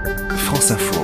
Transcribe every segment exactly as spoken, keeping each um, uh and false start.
France Info.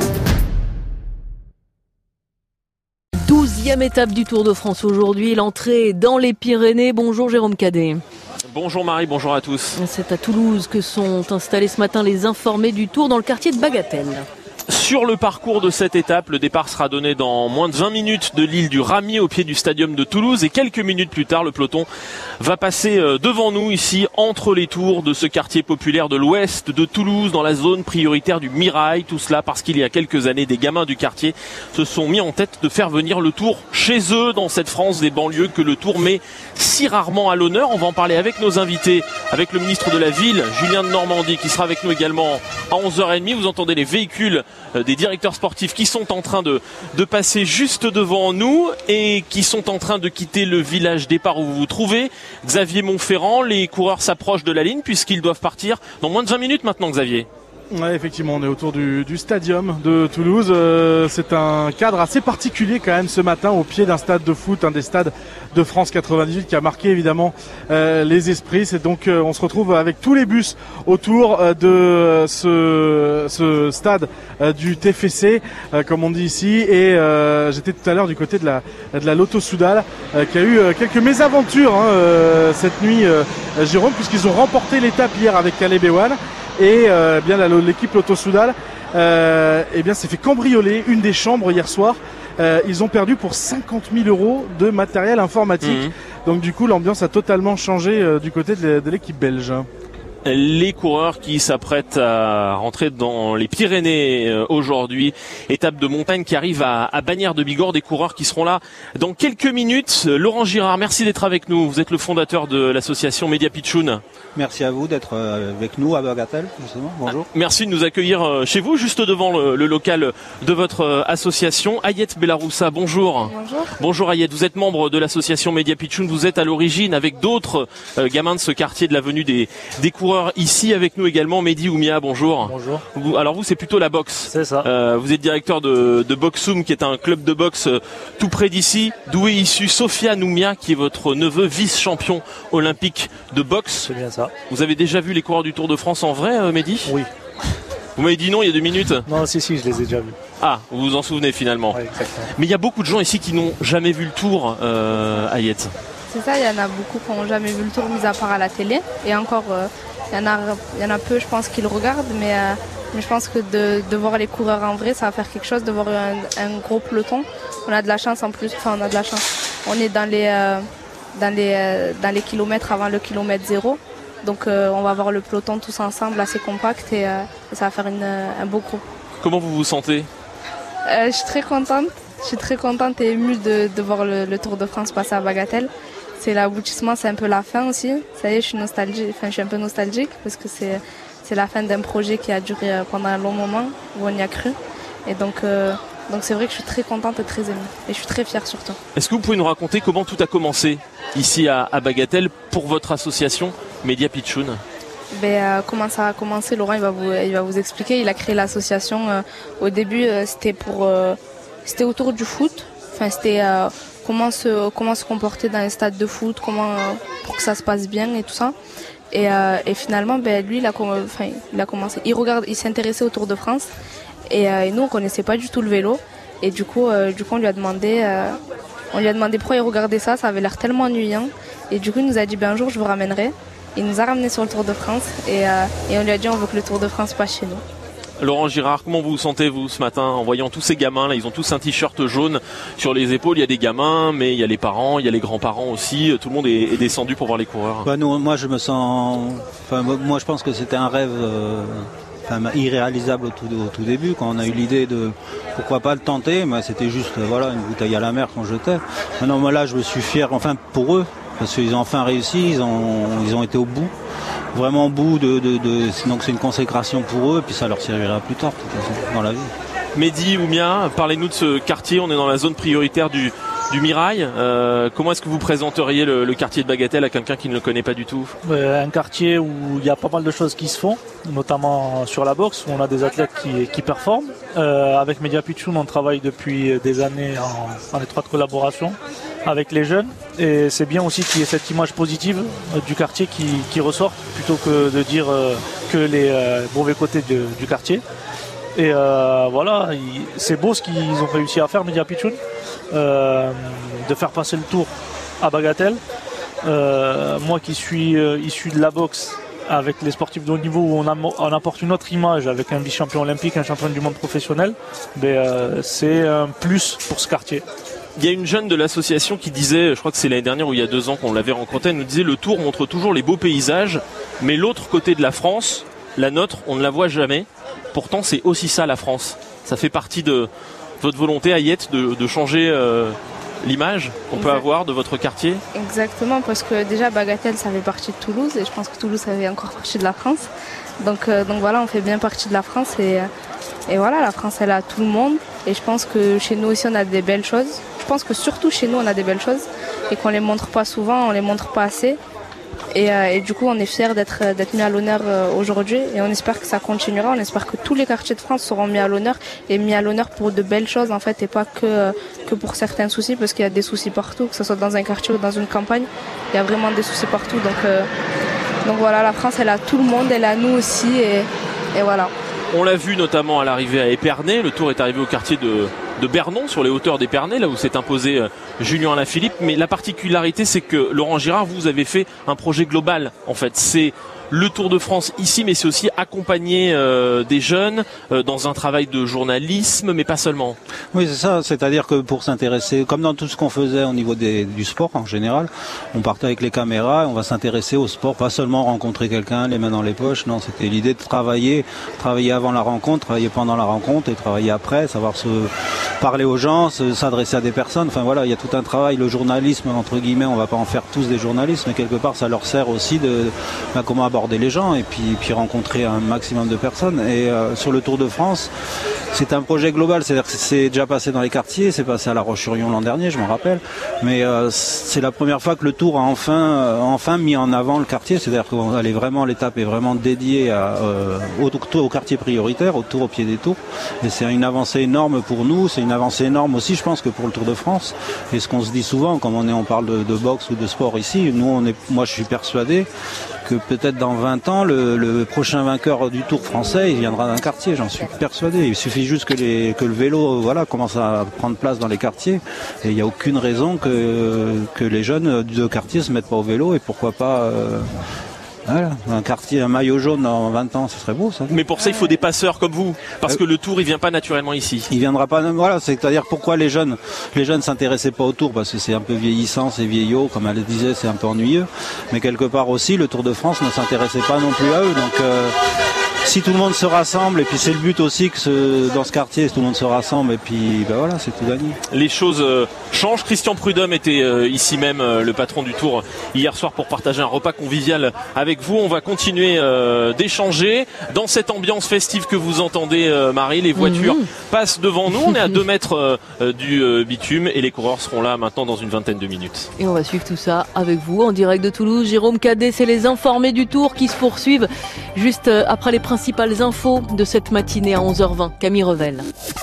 douzième étape du Tour de France aujourd'hui, l'entrée dans les Pyrénées. Bonjour Jérôme Cadet. Bonjour Marie, bonjour à tous. C'est à Toulouse que sont installés ce matin les informés du Tour dans le quartier de Bagatelle. Sur le parcours de cette étape, le départ sera donné dans moins de vingt minutes de l'île du Ramier au pied du stadium de Toulouse et quelques minutes plus tard, le peloton va passer devant nous ici entre les tours de ce quartier populaire de l'ouest de Toulouse dans la zone prioritaire du Mirail. Tout cela parce qu'il y a quelques années, des gamins du quartier se sont mis en tête de faire venir le Tour chez eux dans cette France des banlieues que le Tour met si rarement à l'honneur. On va en parler avec nos invités, avec le ministre de la Ville, Julien de Normandie, qui sera avec nous également à onze heures trente. Vous entendez les véhicules des directeurs sportifs qui sont en train de, de passer juste devant nous et qui sont en train de quitter le village départ où vous vous trouvez. Xavier Montferrand, les coureurs s'approchent de la ligne puisqu'ils doivent partir dans moins de vingt minutes maintenant, Xavier. Ouais, effectivement, on est autour du, du stadium de Toulouse. Euh, c'est un cadre assez particulier quand même ce matin au pied d'un stade de foot, un des stades de France quatre-vingt-dix-huit qui a marqué évidemment euh, les esprits. C'est donc euh, on se retrouve avec tous les bus autour euh, de ce, ce stade euh, du T F C, euh, comme on dit ici. Et euh, j'étais tout à l'heure du côté de la, de la Lotto Soudal euh, qui a eu euh, quelques mésaventures hein, euh, cette nuit, euh, Jérôme, puisqu'ils ont remporté l'étape hier avec Caleb Ewan. Et euh, bien l'équipe Lotto Soudal euh, eh bien s'est fait cambrioler une des chambres hier soir. Euh, ils ont perdu pour cinquante mille euros de matériel informatique. Mmh. Donc du coup l'ambiance a totalement changé euh, du côté de l'équipe belge. Les coureurs qui s'apprêtent à rentrer dans les Pyrénées euh, aujourd'hui, étape de montagne qui arrive à, à Bagnères de Bigorre, des coureurs qui seront là dans quelques minutes. Laurent Girard, merci d'être avec nous. Vous êtes le fondateur de l'association Média Pitchoun. Merci à vous d'être avec nous à Bagatelle, justement. Bonjour. Merci de nous accueillir chez vous, juste devant le, le local de votre association. Ayette Bellaroussa, bonjour. Bonjour. Bonjour Ayette, vous êtes membre de l'association Média Pitchoun. Vous êtes à l'origine avec d'autres euh, gamins de ce quartier de l'avenue des, des coureurs. Ici avec nous également Mehdi Oumia, bonjour. Bonjour. Vous, alors vous c'est plutôt la boxe. C'est ça. Euh, vous êtes directeur de, de Boxoum qui est un club de boxe euh, tout près d'ici. D'où est issue Sofiane Oumia qui est votre neveu vice-champion olympique de boxe. C'est bien ça. Vous avez déjà vu les coureurs du Tour de France en vrai, euh, Mehdi ? Oui. Vous m'avez dit non il y a deux minutes ? Non, si, si, je les ai déjà vus. Ah, vous vous en souvenez finalement. Oui, exactement. Mais il y a beaucoup de gens ici qui n'ont jamais vu le Tour, euh, Ayette. C'est ça, il y en a beaucoup qui n'ont jamais vu le Tour, mis à part à la télé. Et encore, il euh, y, y en a peu, je pense, qui le regardent. Mais, euh, mais je pense que de, de voir les coureurs en vrai, ça va faire quelque chose, de voir un, un gros peloton. On a de la chance en plus, enfin on a de la chance. On est dans les, euh, dans les, euh, dans les kilomètres avant le kilomètre zéro. Donc euh, on va voir le peloton tous ensemble, assez compact, et, euh, et ça va faire une, un beau groupe. Comment vous vous sentez ? euh, Je suis très contente. Je suis très contente et émue de, de voir le, le Tour de France passer à Bagatelle. C'est l'aboutissement, c'est un peu la fin aussi. Ça y est, je suis nostalgique, enfin, je suis un peu nostalgique parce que c'est, c'est la fin d'un projet qui a duré pendant un long moment où on y a cru. Et donc, euh, donc c'est vrai que je suis très contente et très émue. Et je suis très fière surtout. Est-ce que vous pouvez nous raconter comment tout a commencé ici à, à Bagatelle pour votre association Média Pitchoun ? Ben, euh, comment ça a commencé, Laurent, il va vous, il va vous expliquer. Il a créé l'association. Euh, au début, euh, c'était pour, euh, c'était autour du foot. Enfin, c'était euh, comment se, comment se comporter dans les stades de foot, comment euh, pour que ça se passe bien et tout ça. Et, euh, et finalement, ben lui, il a, enfin, il a commencé. Il regarde, il s'intéressait au Tour de France. Et, euh, et nous, on connaissait pas du tout le vélo. Et du coup, euh, du coup, on lui a demandé, euh, on lui a demandé pourquoi il regardait ça. Ça avait l'air tellement ennuyant. Et du coup, il nous a dit, ben un jour, je vous ramènerai. Il nous a ramenés sur le Tour de France et, euh, et on lui a dit on veut que le Tour de France passe chez nous. Laurent Girard, comment vous vous sentez vous ce matin en voyant tous ces gamins là? Ils ont tous un t-shirt jaune sur les épaules. Il y a des gamins, mais il y a les parents, il y a les grands-parents aussi. Tout le monde est, est descendu pour voir les coureurs. Bah, nous, moi je me sens, enfin moi je pense que c'était un rêve euh, enfin, irréalisable au tout, au tout début quand on a eu l'idée de pourquoi pas le tenter. Mais c'était juste voilà une bouteille à la mer qu'on jetait. Maintenant moi là je me suis fier, enfin pour eux. Parce qu'ils ont enfin réussi, ils ont, ils ont été au bout, vraiment au bout de, de, de, donc c'est une consécration pour eux, et puis ça leur servira plus tard, de toute façon, dans la vie. Mehdi Oumia, parlez-nous de ce quartier, on est dans la zone prioritaire du, du Mirail. Euh, comment est-ce que vous présenteriez le, le quartier de Bagatelle à quelqu'un qui ne le connaît pas du tout ? euh, Un quartier où il y a pas mal de choses qui se font, notamment sur la boxe, où on a des athlètes qui, qui performent. Euh, avec Média Pitchoun, on travaille depuis des années en, en étroite collaboration avec les jeunes, et c'est bien aussi qu'il y ait cette image positive euh, du quartier qui, qui ressort, plutôt que de dire euh, que les euh, mauvais côtés de, du quartier. Et euh, voilà, il, c'est beau ce qu'ils ont réussi à faire, Media Pitchoun, euh, de faire passer le tour à bagatelle. Euh, moi qui suis euh, issu de la boxe, avec les sportifs de haut niveau où on, a, on apporte une autre image avec un vice-champion olympique, un champion du monde professionnel, mais euh, c'est un plus pour ce quartier. Il y a une jeune de l'association qui disait, je crois que c'est l'année dernière ou il y a deux ans qu'on l'avait rencontrée, elle nous disait le Tour montre toujours les beaux paysages, mais l'autre côté de la France, la nôtre, on ne la voit jamais. Pourtant c'est aussi ça la France. Ça fait partie de votre volonté, Ayette, de, de changer euh, l'image qu'on peut avoir de votre quartier. Exactement, parce que déjà Bagatelle ça fait partie de Toulouse et je pense que Toulouse ça fait encore partie de la France. Donc, euh, donc voilà, on fait bien partie de la France et, et voilà, la France elle a tout le monde et je pense que chez nous aussi on a des belles choses. Je pense que surtout chez nous on a des belles choses et qu'on les montre pas souvent, on les montre pas assez. Et, euh, et du coup on est fiers d'être, d'être mis à l'honneur euh, aujourd'hui et on espère que ça continuera, on espère que tous les quartiers de France seront mis à l'honneur et mis à l'honneur pour de belles choses en fait et pas que, euh, que pour certains soucis parce qu'il y a des soucis partout, que ce soit dans un quartier ou dans une campagne, il y a vraiment des soucis partout donc, euh, donc voilà, la France elle a tout le monde, elle a nous aussi et, et voilà. On l'a vu notamment à l'arrivée à Épernay, le Tour est arrivé au quartier de, de Bernon, sur les hauteurs d'Épernay, là où s'est imposé euh, Julien Alaphilippe. Mais la particularité, c'est que Laurent Girard, vous avez fait un projet global, en fait. C'est le Tour de France ici, mais c'est aussi accompagner euh, des jeunes euh, dans un travail de journalisme, mais pas seulement. Oui, c'est ça. C'est-à-dire que pour s'intéresser, comme dans tout ce qu'on faisait au niveau des, du sport en général, on partait avec les caméras et on va s'intéresser au sport, pas seulement rencontrer quelqu'un, les mains dans les poches. Non, c'était l'idée de travailler, travailler avant la rencontre, travailler pendant la rencontre et travailler après, savoir se parler aux gens, se, s'adresser à des personnes. Enfin voilà, il y a tout un travail. Le journalisme, entre guillemets, on va pas en faire tous des journalistes, mais quelque part, ça leur sert aussi de ben, comment aborder les gens et puis, puis rencontrer un maximum de personnes. Et euh, sur le Tour de France, c'est un projet global, c'est-à-dire que c'est déjà passé dans les quartiers, c'est passé à La Roche-sur-Yon l'an dernier, je m'en rappelle, mais euh, c'est la première fois que le Tour a enfin, euh, enfin mis en avant le quartier, c'est-à-dire qu'on allait vraiment, l'étape est vraiment dédiée à, euh, au, au quartier prioritaire, au Tour au pied des tours, et c'est une avancée énorme pour nous, c'est une avancée énorme aussi, je pense, que pour le Tour de France. Et ce qu'on se dit souvent, quand on, est, on parle de, de boxe ou de sport ici, nous, on est, moi je suis persuadé que peut-être dans vingt ans, le, le prochain vainqueur du Tour français, il viendra d'un quartier, j'en suis persuadé. Il suffit juste que, les, que le vélo voilà, commence à prendre place dans les quartiers. Et il n'y a aucune raison que, que les jeunes de quartier se mettent pas au vélo et pourquoi pas... Euh, Voilà, un quartier, un maillot jaune dans vingt ans, ce serait beau ça. Mais pour ça, il faut des passeurs comme vous, parce que le Tour, il vient pas naturellement ici. Il viendra pas, voilà, c'est-à-dire pourquoi les jeunes, les jeunes s'intéressaient pas au Tour, parce que c'est un peu vieillissant, c'est vieillot, comme elle le disait, c'est un peu ennuyeux. Mais quelque part aussi, le Tour de France ne s'intéressait pas non plus à eux, donc. Euh, Si tout le monde se rassemble, et puis c'est le but aussi que ce, dans ce quartier, tout le monde se rassemble, et puis ben voilà, c'est tout gagné. Les choses euh, changent. Christian Prudhomme était euh, ici même, euh, le patron du Tour, hier soir pour partager un repas convivial avec vous. On va continuer euh, d'échanger dans cette ambiance festive que vous entendez, euh, Marie. Les voitures mmh. passent devant nous. On est à deux mètres euh, du euh, bitume et les coureurs seront là maintenant dans une vingtaine de minutes. Et on va suivre tout ça avec vous en direct de Toulouse. Jérôme Cadet, c'est les informés du Tour qui se poursuivent juste après les principales infos de cette matinée à onze heures vingt. Camille Revel.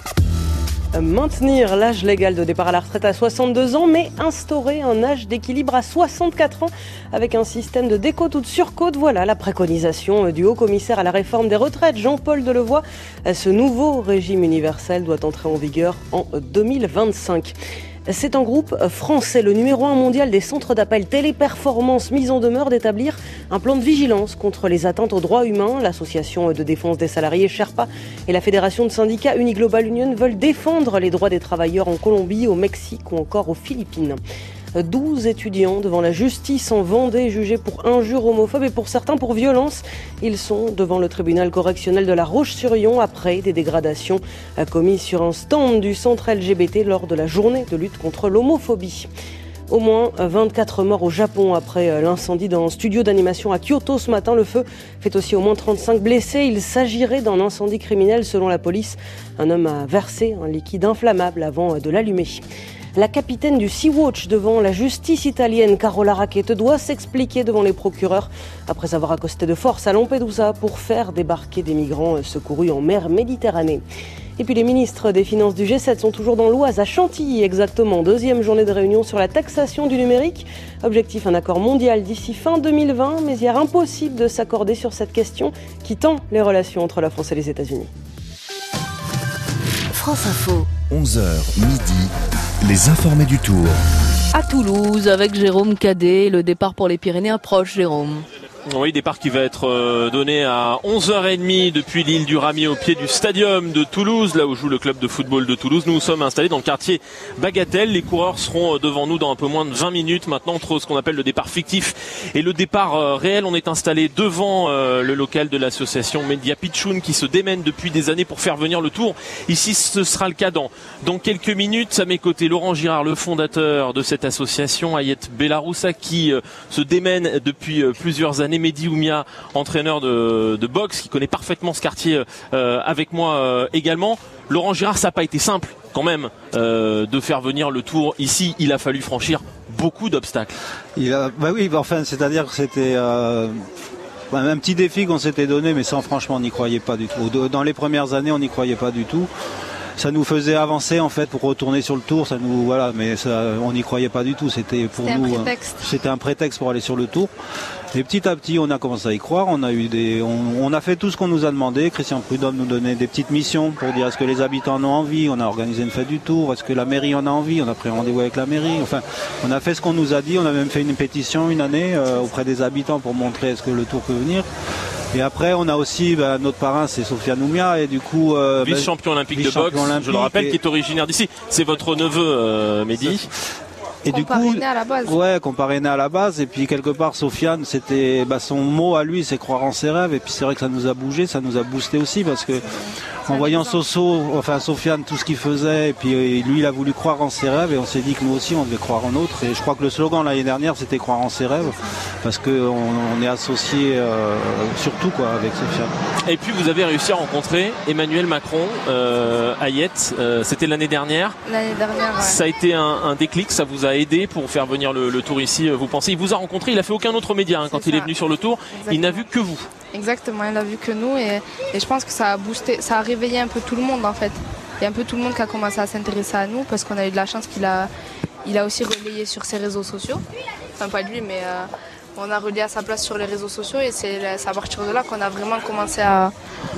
Maintenir l'âge légal de départ à la retraite à soixante-deux ans, mais instaurer un âge d'équilibre à soixante-quatre ans avec un système de décote ou de surcote. Voilà la préconisation du haut-commissaire à la réforme des retraites, Jean-Paul Delevoye. Ce nouveau régime universel doit entrer en vigueur en deux mille vingt-cinq. C'est un groupe français, le numéro un mondial des centres d'appel Téléperformance, mise en demeure d'établir un plan de vigilance contre les atteintes aux droits humains. L'association de défense des salariés Sherpa et la fédération de syndicats Uniglobal Union veulent défendre les droits des travailleurs en Colombie, au Mexique ou encore aux Philippines. douze étudiants devant la justice en Vendée, jugés pour injures homophobes et pour certains pour violence. Ils sont devant le tribunal correctionnel de La Roche-sur-Yon après des dégradations commises sur un stand du centre L G B T lors de la journée de lutte contre l'homophobie. Au moins vingt-quatre morts au Japon après l'incendie d'un studio d'animation à Kyoto ce matin. Le feu fait aussi au moins trente-cinq blessés. Il s'agirait d'un incendie criminel selon la police. Un homme a versé un liquide inflammable avant de l'allumer. La capitaine du Sea-Watch devant la justice italienne, Carola Rackete, doit s'expliquer devant les procureurs après avoir accosté de force à Lampedusa pour faire débarquer des migrants secourus en mer Méditerranée. Et puis les ministres des Finances du G sept sont toujours dans l'Oise, à Chantilly exactement. Deuxième journée de réunion sur la taxation du numérique. Objectif, un accord mondial d'ici fin deux mille vingt, mais hier impossible de s'accorder sur cette question qui tend les relations entre la France et les États-Unis. France Info. onze heures midi, les informés du Tour. À Toulouse, avec Jérôme Cadet, le départ pour les Pyrénées approche, Jérôme. Oui, départ qui va être donné à onze heures trente depuis l'île du Ramier au pied du stadium de Toulouse, là où joue le club de football de Toulouse. Nous sommes installés dans le quartier Bagatelle. Les coureurs seront devant nous dans un peu moins de vingt minutes. Maintenant, entre ce qu'on appelle le départ fictif et le départ réel, on est installé devant le local de l'association Media Pitchoun qui se démène depuis des années pour faire venir le Tour. Ici, ce sera le cas dans, dans quelques minutes. À mes côtés, Laurent Girard, le fondateur de cette association, Ayet Bellaroussa qui se démène depuis plusieurs années. Mehdi Oumia, entraîneur de, de boxe, qui connaît parfaitement ce quartier euh, avec moi euh, également. Laurent Girard, ça n'a pas été simple quand même euh, de faire venir le Tour ici. Il a fallu franchir beaucoup d'obstacles. Il a, bah oui, bah enfin, c'est-à-dire que c'était euh, un petit défi qu'on s'était donné, mais ça, franchement, on n'y croyait pas du tout. Dans les premières années, on n'y croyait pas du tout. Ça nous faisait avancer en fait pour retourner sur le Tour, ça nous voilà, mais ça, on n'y croyait pas du tout. C'était pour c'était nous, un prétexte. C'était un prétexte pour aller sur le Tour. Et petit à petit, on a commencé à y croire. On a eu des, on, on a fait tout ce qu'on nous a demandé. Christian Prudhomme nous donnait des petites missions pour dire est-ce que les habitants en ont envie. On a organisé une fête du Tour. Est-ce que la mairie en a envie. On a pris rendez-vous avec la mairie. Enfin, on a fait ce qu'on nous a dit. On a même fait une pétition une année euh, auprès des habitants pour montrer est-ce que le Tour peut venir. Et après, on a aussi bah, notre parrain, c'est Sofiane Oumia, et du coup euh, vice-champion olympique de boxe. Olympique, je le rappelle, et... qui est originaire d'ici. C'est votre neveu, euh, Mehdi. Et du coup, à la base. Ouais, qu'on parrainait à la base. Et puis quelque part, Sofiane, c'était bah, son mot à lui, c'est croire en ses rêves. Et puis c'est vrai que ça nous a bougé, ça nous a boosté aussi parce que en voyant Soso, enfin Sofiane, tout ce qu'il faisait, et puis lui, il a voulu croire en ses rêves. Et on s'est dit que nous aussi, on devait croire en autres. Et je crois que le slogan l'année dernière, c'était croire en ses rêves, parce que on, on est associé euh, surtout quoi avec Sofiane. Et puis vous avez réussi à rencontrer Emmanuel Macron, euh, Ayet. Euh, c'était l'année dernière. L'année dernière. Ouais. Ça a été un, un déclic, ça vous a aidé pour faire venir le, le Tour ici, vous pensez? Il vous a rencontré, il a fait aucun autre média hein, quand ça. Il est venu sur le Tour. Exactement. Il n'a vu que vous. Exactement, il n'a vu que nous et, et je pense que ça a boosté, ça a réveillé un peu tout le monde en fait. Il y a un peu tout le monde qui a commencé à s'intéresser à nous parce qu'on a eu de la chance qu'il a, il a aussi relayé sur ses réseaux sociaux. Enfin pas lui, mais euh, on a relayé à sa place sur les réseaux sociaux et c'est à partir de là qu'on a vraiment commencé à,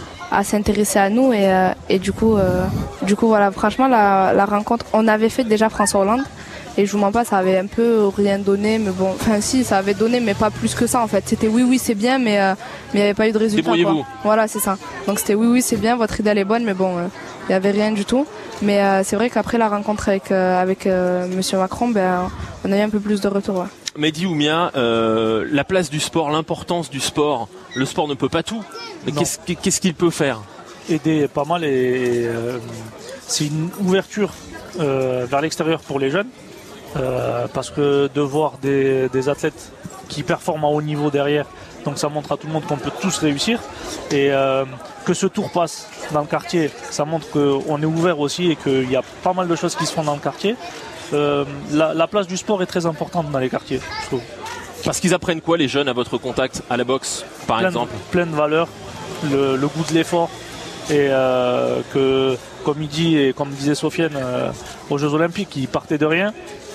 à s'intéresser à nous et, euh, et du coup, euh, du coup voilà, franchement la, la rencontre, on avait fait déjà François Hollande. Et je vous mens pas, ça avait un peu rien donné, mais bon, enfin si, ça avait donné, mais pas plus que ça en fait. C'était oui, oui, c'est bien, mais euh, mais il n'y avait pas eu de résultat. Débrouillez-vous. Voilà, c'est ça. Donc c'était oui, oui, c'est bien, votre idée elle est bonne, mais bon, il euh, n'y avait rien du tout. Mais euh, c'est vrai qu'après la rencontre avec euh, avec euh, Monsieur Macron, ben on a eu un peu plus de retour. Ouais. Mehdi Oumia, euh, la place du sport, l'importance du sport. Le sport ne peut pas tout. Mais qu'est-ce, qu'est-ce qu'il peut faire? Aider pas mal et euh, c'est une ouverture euh, vers l'extérieur pour les jeunes. Euh, parce que de voir des, des athlètes qui performent à haut niveau derrière, donc ça montre à tout le monde qu'on peut tous réussir et euh, que ce tour passe dans le quartier, ça montre qu'on est ouvert aussi et qu'il y a pas mal de choses qui se font dans le quartier. Euh, la, la place du sport est très importante dans les quartiers, je trouve. Parce qu'ils apprennent quoi les jeunes à votre contact à la boxe par plein exemple de, plein de valeurs, le, le goût de l'effort et euh, que comme il dit et comme disait Sofiane euh, aux Jeux Olympiques, il partait de rien.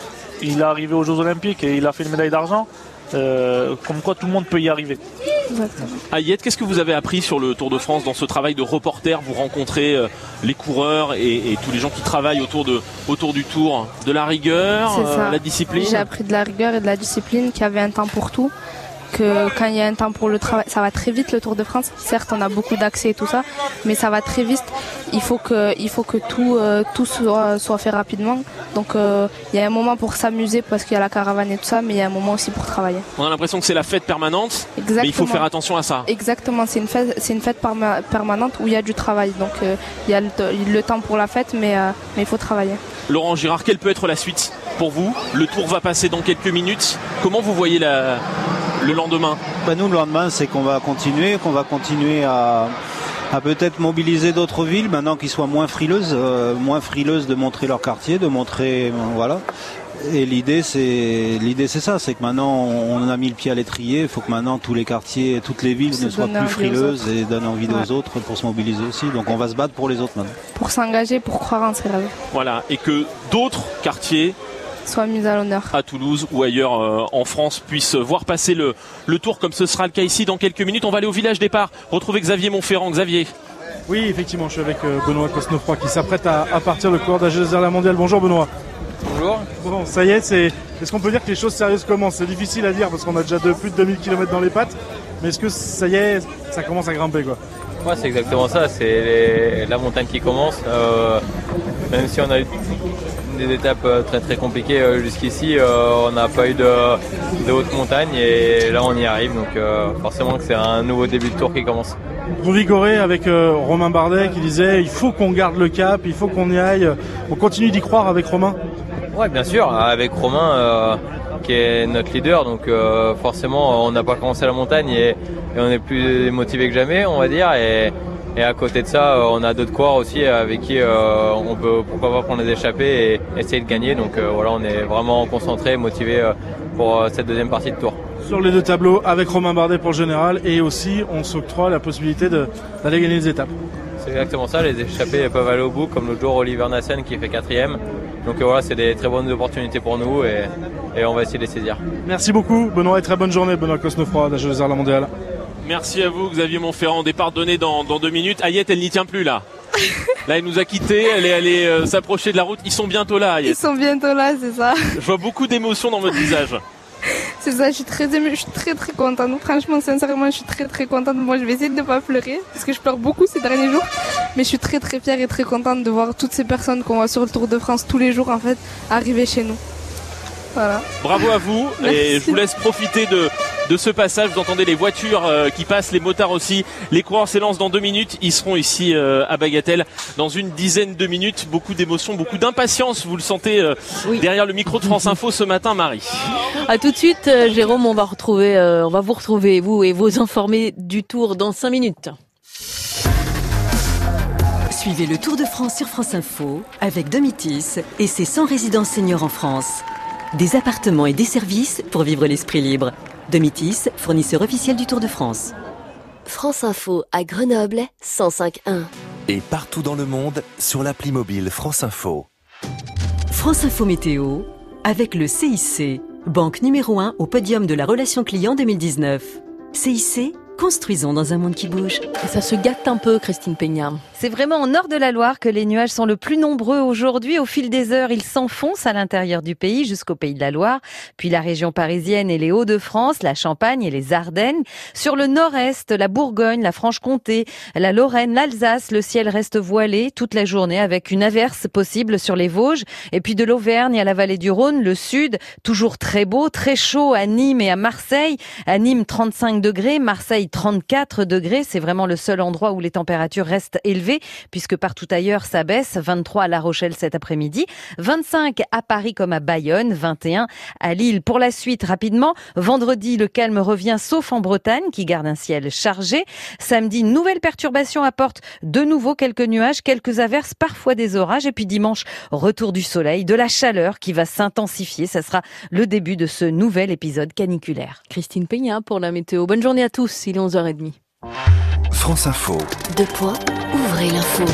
Il est arrivé aux Jeux Olympiques et il a fait une médaille d'argent. Euh, comme quoi tout le monde peut y arriver. Ayet, qu'est-ce que vous avez appris sur le Tour de France dans ce travail de reporter? Vous rencontrez euh, les coureurs et, et tous les gens qui travaillent autour, de, autour du Tour. De la rigueur, euh, la discipline? J'ai appris de la rigueur et de la discipline, qu'il y avait un temps pour tout. Que quand il y a un temps pour le travail, ça va très vite le Tour de France. Certes, on a beaucoup d'accès et tout ça, mais ça va très vite. Il faut que, il faut que tout, euh, tout soit, soit fait rapidement. Donc, euh, il y a un moment pour s'amuser parce qu'il y a la caravane et tout ça, mais il y a un moment aussi pour travailler. On a l'impression que c'est la fête permanente, Exactement. Mais il faut faire attention à ça. Exactement, c'est une fête, c'est une fête perma- permanente où il y a du travail. Donc, euh, il y a le, le temps pour la fête, mais, euh, mais il faut travailler. Laurent Girard, quelle peut être la suite pour vous? Le Tour va passer dans quelques minutes. Comment vous voyez la... le lendemain? Ben nous, le lendemain, c'est qu'on va continuer, qu'on va continuer à, à peut-être mobiliser d'autres villes, maintenant qu'ils soient moins frileuses, euh, moins frileuses de montrer leur quartier, de montrer, euh, voilà. Et l'idée, c'est l'idée, c'est ça, c'est que maintenant, on a mis le pied à l'étrier. Il faut que maintenant tous les quartiers, toutes les villes ne soient plus frileuses et donnent envie ouais. aux autres pour se mobiliser aussi. Donc, on va se battre pour les autres maintenant. Pour s'engager, pour croire en ses rêves. Voilà, et que d'autres quartiers soit mise à l'honneur à Toulouse ou ailleurs euh, en France puissent voir passer le, le Tour comme ce sera le cas ici dans quelques minutes. On va aller au village départ retrouver Xavier Montferrand. Xavier. Oui, effectivement, je suis avec euh, Benoît Cosnefroy qui s'apprête à, à partir le coureur d'A G deux R La Mondiale. Bonjour Benoît. Bonjour. Bon, ça y est, c'est... est-ce qu'on peut dire que les choses sérieuses commencent? C'est difficile à dire parce qu'on a déjà de, plus de deux mille kilomètres dans les pattes, mais est-ce que ça y est, ça commence à grimper quoi? Ouais, c'est exactement ça, c'est les... la montagne qui commence. Euh, même si on a eu des étapes très très compliquées jusqu'ici, euh, on n'a pas eu de, de haute montagne et là on y arrive, donc euh, forcément que c'est un nouveau début de tour qui commence. Vous rigolez avec euh, Romain Bardet qui disait il faut qu'on garde le cap, il faut qu'on y aille. On continue d'y croire avec Romain? Ouais, bien sûr, avec Romain euh, qui est notre leader, donc euh, forcément on n'a pas commencé la montagne et, et on est plus motivé que jamais, on va dire. Et, et à côté de ça, on a d'autres coureurs aussi avec qui euh, on peut pourquoi pas prendre les échappées et essayer de gagner. Donc euh, voilà, on est vraiment concentré, motivé euh, pour euh, cette deuxième partie de tour. Sur les deux tableaux, avec Romain Bardet pour le général, et aussi on s'octroie la possibilité de, d'aller gagner les étapes. C'est exactement ça, les échappées peuvent aller au bout, comme l'autre jour Oliver Nassen qui fait quatrième. Donc euh, voilà, c'est des très bonnes opportunités pour nous et, et on va essayer de les saisir. Merci beaucoup Benoît et très bonne journée Benoît Cosnefroy d'A G deux R La Mondiale. Merci à vous Xavier Montferrand, départ donné dans, dans deux minutes. Ayette, elle n'y tient plus là. Là, elle nous a quittés, elle est allée euh, s'approcher de la route. Ils sont bientôt là, Ayette. Ils sont bientôt là, c'est ça. Je vois beaucoup d'émotions dans votre visage. C'est ça, je suis très émue, je suis très très contente. Franchement, sincèrement, je suis très très contente. Moi, je vais essayer de ne pas pleurer parce que je pleure beaucoup ces derniers jours. Mais je suis très très fière et très contente de voir toutes ces personnes qu'on voit sur le Tour de France tous les jours, en fait, arriver chez nous. Voilà. Bravo à vous. Merci. Et je vous laisse profiter de, de ce passage. Vous entendez les voitures euh, qui passent, les motards aussi. Les coureurs s'élancent dans deux minutes. Ils seront ici euh, à Bagatelle dans une dizaine de minutes. Beaucoup d'émotions, beaucoup d'impatience. Vous le sentez euh, oui. derrière le micro de France Info ce matin, Marie. À tout de suite, euh, Jérôme. On va retrouver, euh, on va vous retrouver, vous et vos informés du Tour dans cinq minutes. Suivez le Tour de France sur France Info avec Domitis et ses cent résidences seniors en France. Des appartements et des services pour vivre l'esprit libre. Domitis, fournisseur officiel du Tour de France. France Info à Grenoble, cent cinq point un. Et partout dans le monde, sur l'appli mobile France Info. France Info Météo, avec le C I C, banque numéro un au podium de la relation client deux mille dix-neuf. C I C, construisons dans un monde qui bouge. Et ça se gâte un peu, Christine Peignard. C'est vraiment au nord de la Loire que les nuages sont le plus nombreux aujourd'hui. Au fil des heures, ils s'enfoncent à l'intérieur du pays jusqu'au Pays de la Loire, puis la région parisienne et les Hauts-de-France, la Champagne et les Ardennes. Sur le nord-est, la Bourgogne, la Franche-Comté, la Lorraine, l'Alsace, le ciel reste voilé toute la journée avec une averse possible sur les Vosges. Et puis de l'Auvergne à la vallée du Rhône, le sud, toujours très beau, très chaud à Nîmes et à Marseille. À Nîmes, trente-cinq degrés, Marseille, trente-quatre degrés. C'est vraiment le seul endroit où les températures restent élevées, puisque partout ailleurs ça baisse. vingt-trois à La Rochelle cet après-midi, vingt-cinq à Paris comme à Bayonne, vingt et un à Lille. Pour la suite, rapidement, vendredi, le calme revient sauf en Bretagne qui garde un ciel chargé. Samedi, nouvelle perturbation apporte de nouveau quelques nuages, quelques averses, parfois des orages. Et puis dimanche, retour du soleil, de la chaleur qui va s'intensifier. Ça sera le début de ce nouvel épisode caniculaire. Christine Peña pour la météo. Bonne journée à tous, il est onze heures trente. France Info. Deux points, ouvrez l'info.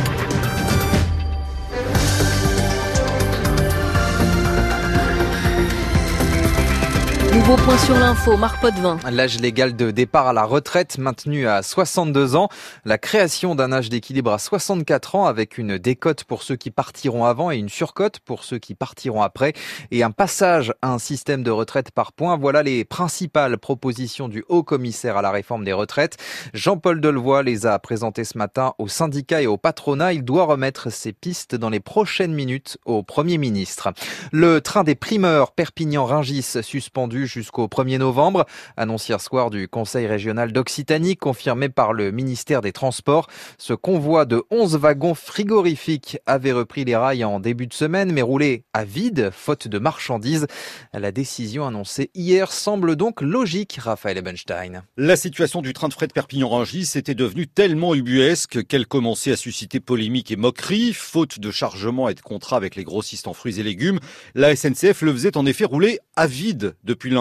Nouveau point sur l'info, Marc Potvin. L'âge légal de départ à la retraite maintenu à soixante-deux ans. La création d'un âge d'équilibre à soixante-quatre ans avec une décote pour ceux qui partiront avant et une surcote pour ceux qui partiront après. Et un passage à un système de retraite par points. Voilà les principales propositions du haut commissaire à la réforme des retraites. Jean-Paul Delevoye les a présentées ce matin aux syndicats et au patronat. Il doit remettre ses pistes dans les prochaines minutes au Premier ministre. Le train des primeurs Perpignan-Rungis suspendu jusqu'au premier novembre. Annonce hier soir du Conseil régional d'Occitanie, confirmé par le ministère des Transports. Ce convoi de onze wagons frigorifiques avait repris les rails en début de semaine, mais roulé à vide, faute de marchandises. La décision annoncée hier semble donc logique, Raphaël Ebenstein. La situation du train de fret Perpignan-Rungis était devenue tellement ubuesque qu'elle commençait à susciter polémiques et moqueries. Faute de chargement et de contrat avec les grossistes en fruits et légumes, la S N C F le faisait en effet rouler à vide depuis lundi.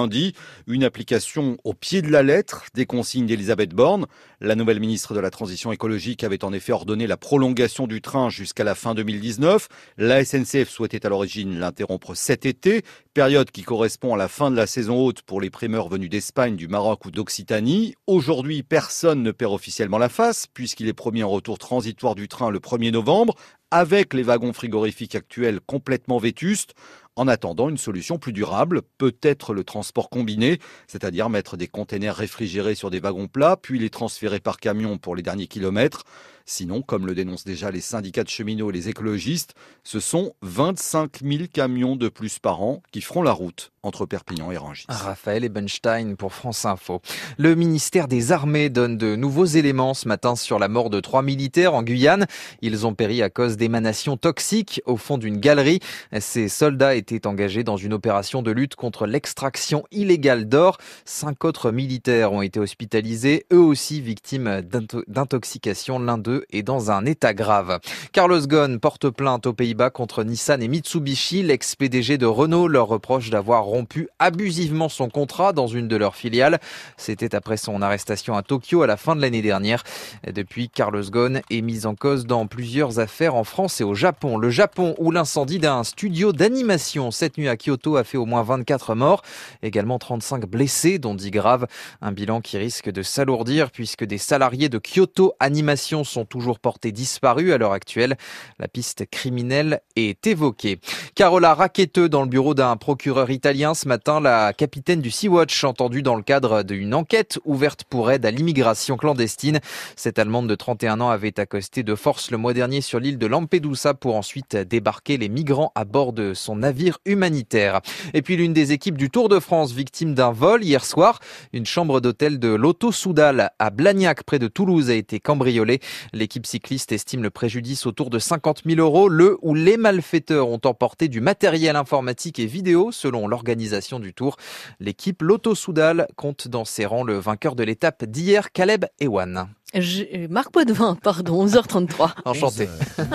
lundi. Une application au pied de la lettre des consignes d'Elisabeth Borne. La nouvelle ministre de la Transition écologique avait en effet ordonné la prolongation du train jusqu'à la fin deux mille dix-neuf. La S N C F souhaitait à l'origine l'interrompre cet été, période qui correspond à la fin de la saison haute pour les primeurs venus d'Espagne, du Maroc ou d'Occitanie. Aujourd'hui, personne ne perd officiellement la face puisqu'il est promis un retour transitoire du train le premier novembre avec les wagons frigorifiques actuels complètement vétustes. En attendant une solution plus durable, peut-être le transport combiné, c'est-à-dire mettre des containers réfrigérés sur des wagons plats, puis les transférer par camion pour les derniers kilomètres. Sinon, comme le dénoncent déjà les syndicats de cheminots et les écologistes, ce sont vingt-cinq mille camions de plus par an qui feront la route entre Perpignan et Rungis. Raphaël Ebenstein pour France Info. Le ministère des Armées donne de nouveaux éléments ce matin sur la mort de trois militaires en Guyane. Ils ont péri à cause d'émanations toxiques au fond d'une galerie. Ces soldats étaient engagés dans une opération de lutte contre l'extraction illégale d'or. Cinq autres militaires ont été hospitalisés, eux aussi victimes d'intoxication. L'un d'eux est dans un état grave. Carlos Ghosn porte plainte aux Pays-Bas contre Nissan et Mitsubishi. L'ex-P D G de Renault leur reproche d'avoir rompu abusivement son contrat dans une de leurs filiales. C'était après son arrestation à Tokyo à la fin de l'année dernière. Depuis, Carlos Ghosn est mis en cause dans plusieurs affaires en France et au Japon. Le Japon, où l'incendie d'un studio d'animation cette nuit à Kyoto a fait au moins vingt-quatre morts, également trente-cinq blessés, dont dix graves. Un bilan qui risque de s'alourdir puisque des salariés de Kyoto Animation sont toujours portés disparus à l'heure actuelle. La piste criminelle est évoquée. Carola Rackete dans le bureau d'un procureur italien ce matin, la capitaine du Sea-Watch entendue dans le cadre d'une enquête ouverte pour aide à l'immigration clandestine. Cette Allemande de trente et un ans avait accosté de force le mois dernier sur l'île de Lampedusa pour ensuite débarquer les migrants à bord de son navire humanitaire. Et puis l'une des équipes du Tour de France victime d'un vol hier soir, une chambre d'hôtel de l'Auto Soudal à Blagnac près de Toulouse a été cambriolée. L'équipe cycliste estime le préjudice autour de cinquante mille euros. Le ou les malfaiteurs ont emporté du matériel informatique et vidéo selon l'organisation du Tour. L'équipe Lotto Soudal compte dans ses rangs le vainqueur de l'étape d'hier, Caleb Ewan. Je... Marc Poitvin, pardon, onze heures trente-trois. Enchanté.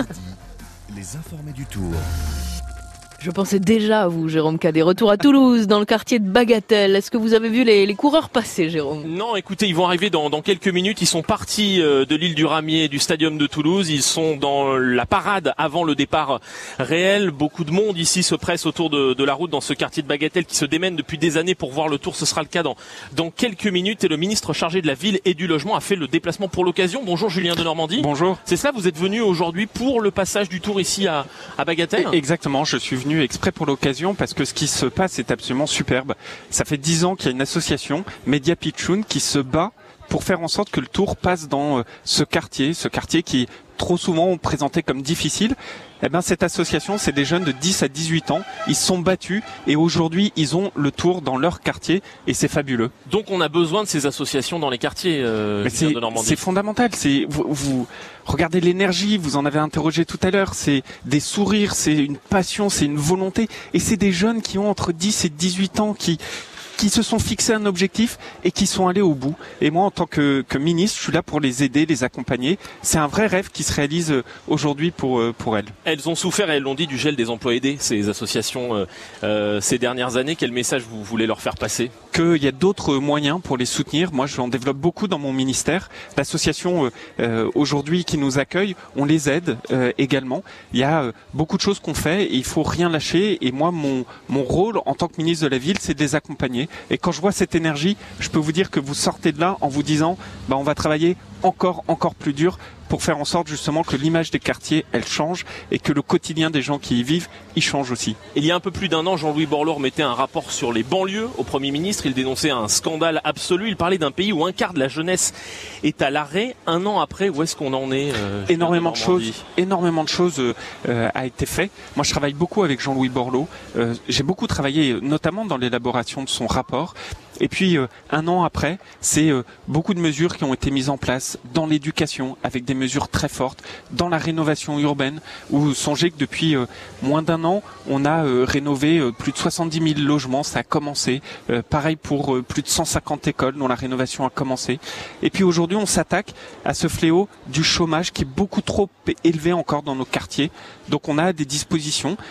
Les informés du Tour. Je pensais déjà à vous, Jérôme Cadet. Retour à Toulouse, dans le quartier de Bagatelle. Est-ce que vous avez vu les, les coureurs passer, Jérôme? Non, écoutez, ils vont arriver dans, dans quelques minutes. Ils sont partis euh, de l'île du Ramier, du stadium de Toulouse. Ils sont dans la parade avant le départ réel. Beaucoup de monde ici se presse autour de, de la route dans ce quartier de Bagatelle qui se démène depuis des années pour voir le Tour. Ce sera le cas dans, dans quelques minutes. Et le ministre chargé de la ville et du logement a fait le déplacement pour l'occasion. Bonjour Julien de Normandie. Bonjour. C'est ça, vous êtes venu aujourd'hui pour le passage du Tour ici à, à Bagatelle? Exactement, je suis venu exprès pour l'occasion parce que ce qui se passe est absolument superbe. Ça fait dix ans qu'il y a une association, Media Pitchoun, qui se bat pour faire en sorte que le Tour passe dans ce quartier, ce quartier qui trop souvent on présentait comme difficile. Eh ben, cette association, c'est des jeunes de dix à dix-huit ans. Ils se sont battus et aujourd'hui, ils ont le Tour dans leur quartier et c'est fabuleux. Donc, on a besoin de ces associations dans les quartiers euh, c'est, de Normandie. C'est fondamental. C'est, vous, vous regardez l'énergie, vous en avez interrogé tout à l'heure. C'est des sourires, c'est une passion, c'est une volonté. Et c'est des jeunes qui ont entre dix et dix-huit ans qui... qui se sont fixés un objectif et qui sont allés au bout. Et moi, en tant que, que ministre, je suis là pour les aider, les accompagner. C'est un vrai rêve qui se réalise aujourd'hui pour, pour elles. Elles ont souffert, et elles l'ont dit, du gel des emplois aidés, ces associations, euh, euh, ces dernières années. Quel message vous voulez leur faire passer? Qu'il y a d'autres moyens pour les soutenir. Moi, j'en développe beaucoup dans mon ministère. L'association, euh, aujourd'hui, qui nous accueille, on les aide euh, également. Il y a euh, beaucoup de choses qu'on fait et il faut rien lâcher. Et moi, mon, mon rôle en tant que ministre de la Ville, c'est de les accompagner. Et quand je vois cette énergie, je peux vous dire que vous sortez de là en vous disant bah, on va travailler encore, encore plus dur pour faire en sorte justement que l'image des quartiers, elle change et que le quotidien des gens qui y vivent, il change aussi. Il y a un peu plus d'un an, Jean-Louis Borloo remettait un rapport sur les banlieues au Premier ministre. Il dénonçait un scandale absolu. Il parlait d'un pays où un quart de la jeunesse est à l'arrêt. Un an après, où est-ce qu'on en est euh, Énormément de choses, énormément de choses euh, a été fait. Moi, je travaille beaucoup avec Jean-Louis Borloo. Euh, j'ai beaucoup travaillé, notamment dans l'élaboration de son rapport. Et puis, euh, un an après, c'est euh, beaucoup de mesures qui ont été mises en place dans l'éducation, avec des mesures très fortes, dans la rénovation urbaine, où songez que depuis euh, moins d'un an, on a euh, rénové euh, plus de soixante-dix mille logements, ça a commencé. Euh, pareil pour euh, plus de cent cinquante écoles dont la rénovation a commencé. Et puis aujourd'hui, on s'attaque à ce fléau du chômage qui est beaucoup trop élevé encore dans nos quartiers. Donc on a des dispositions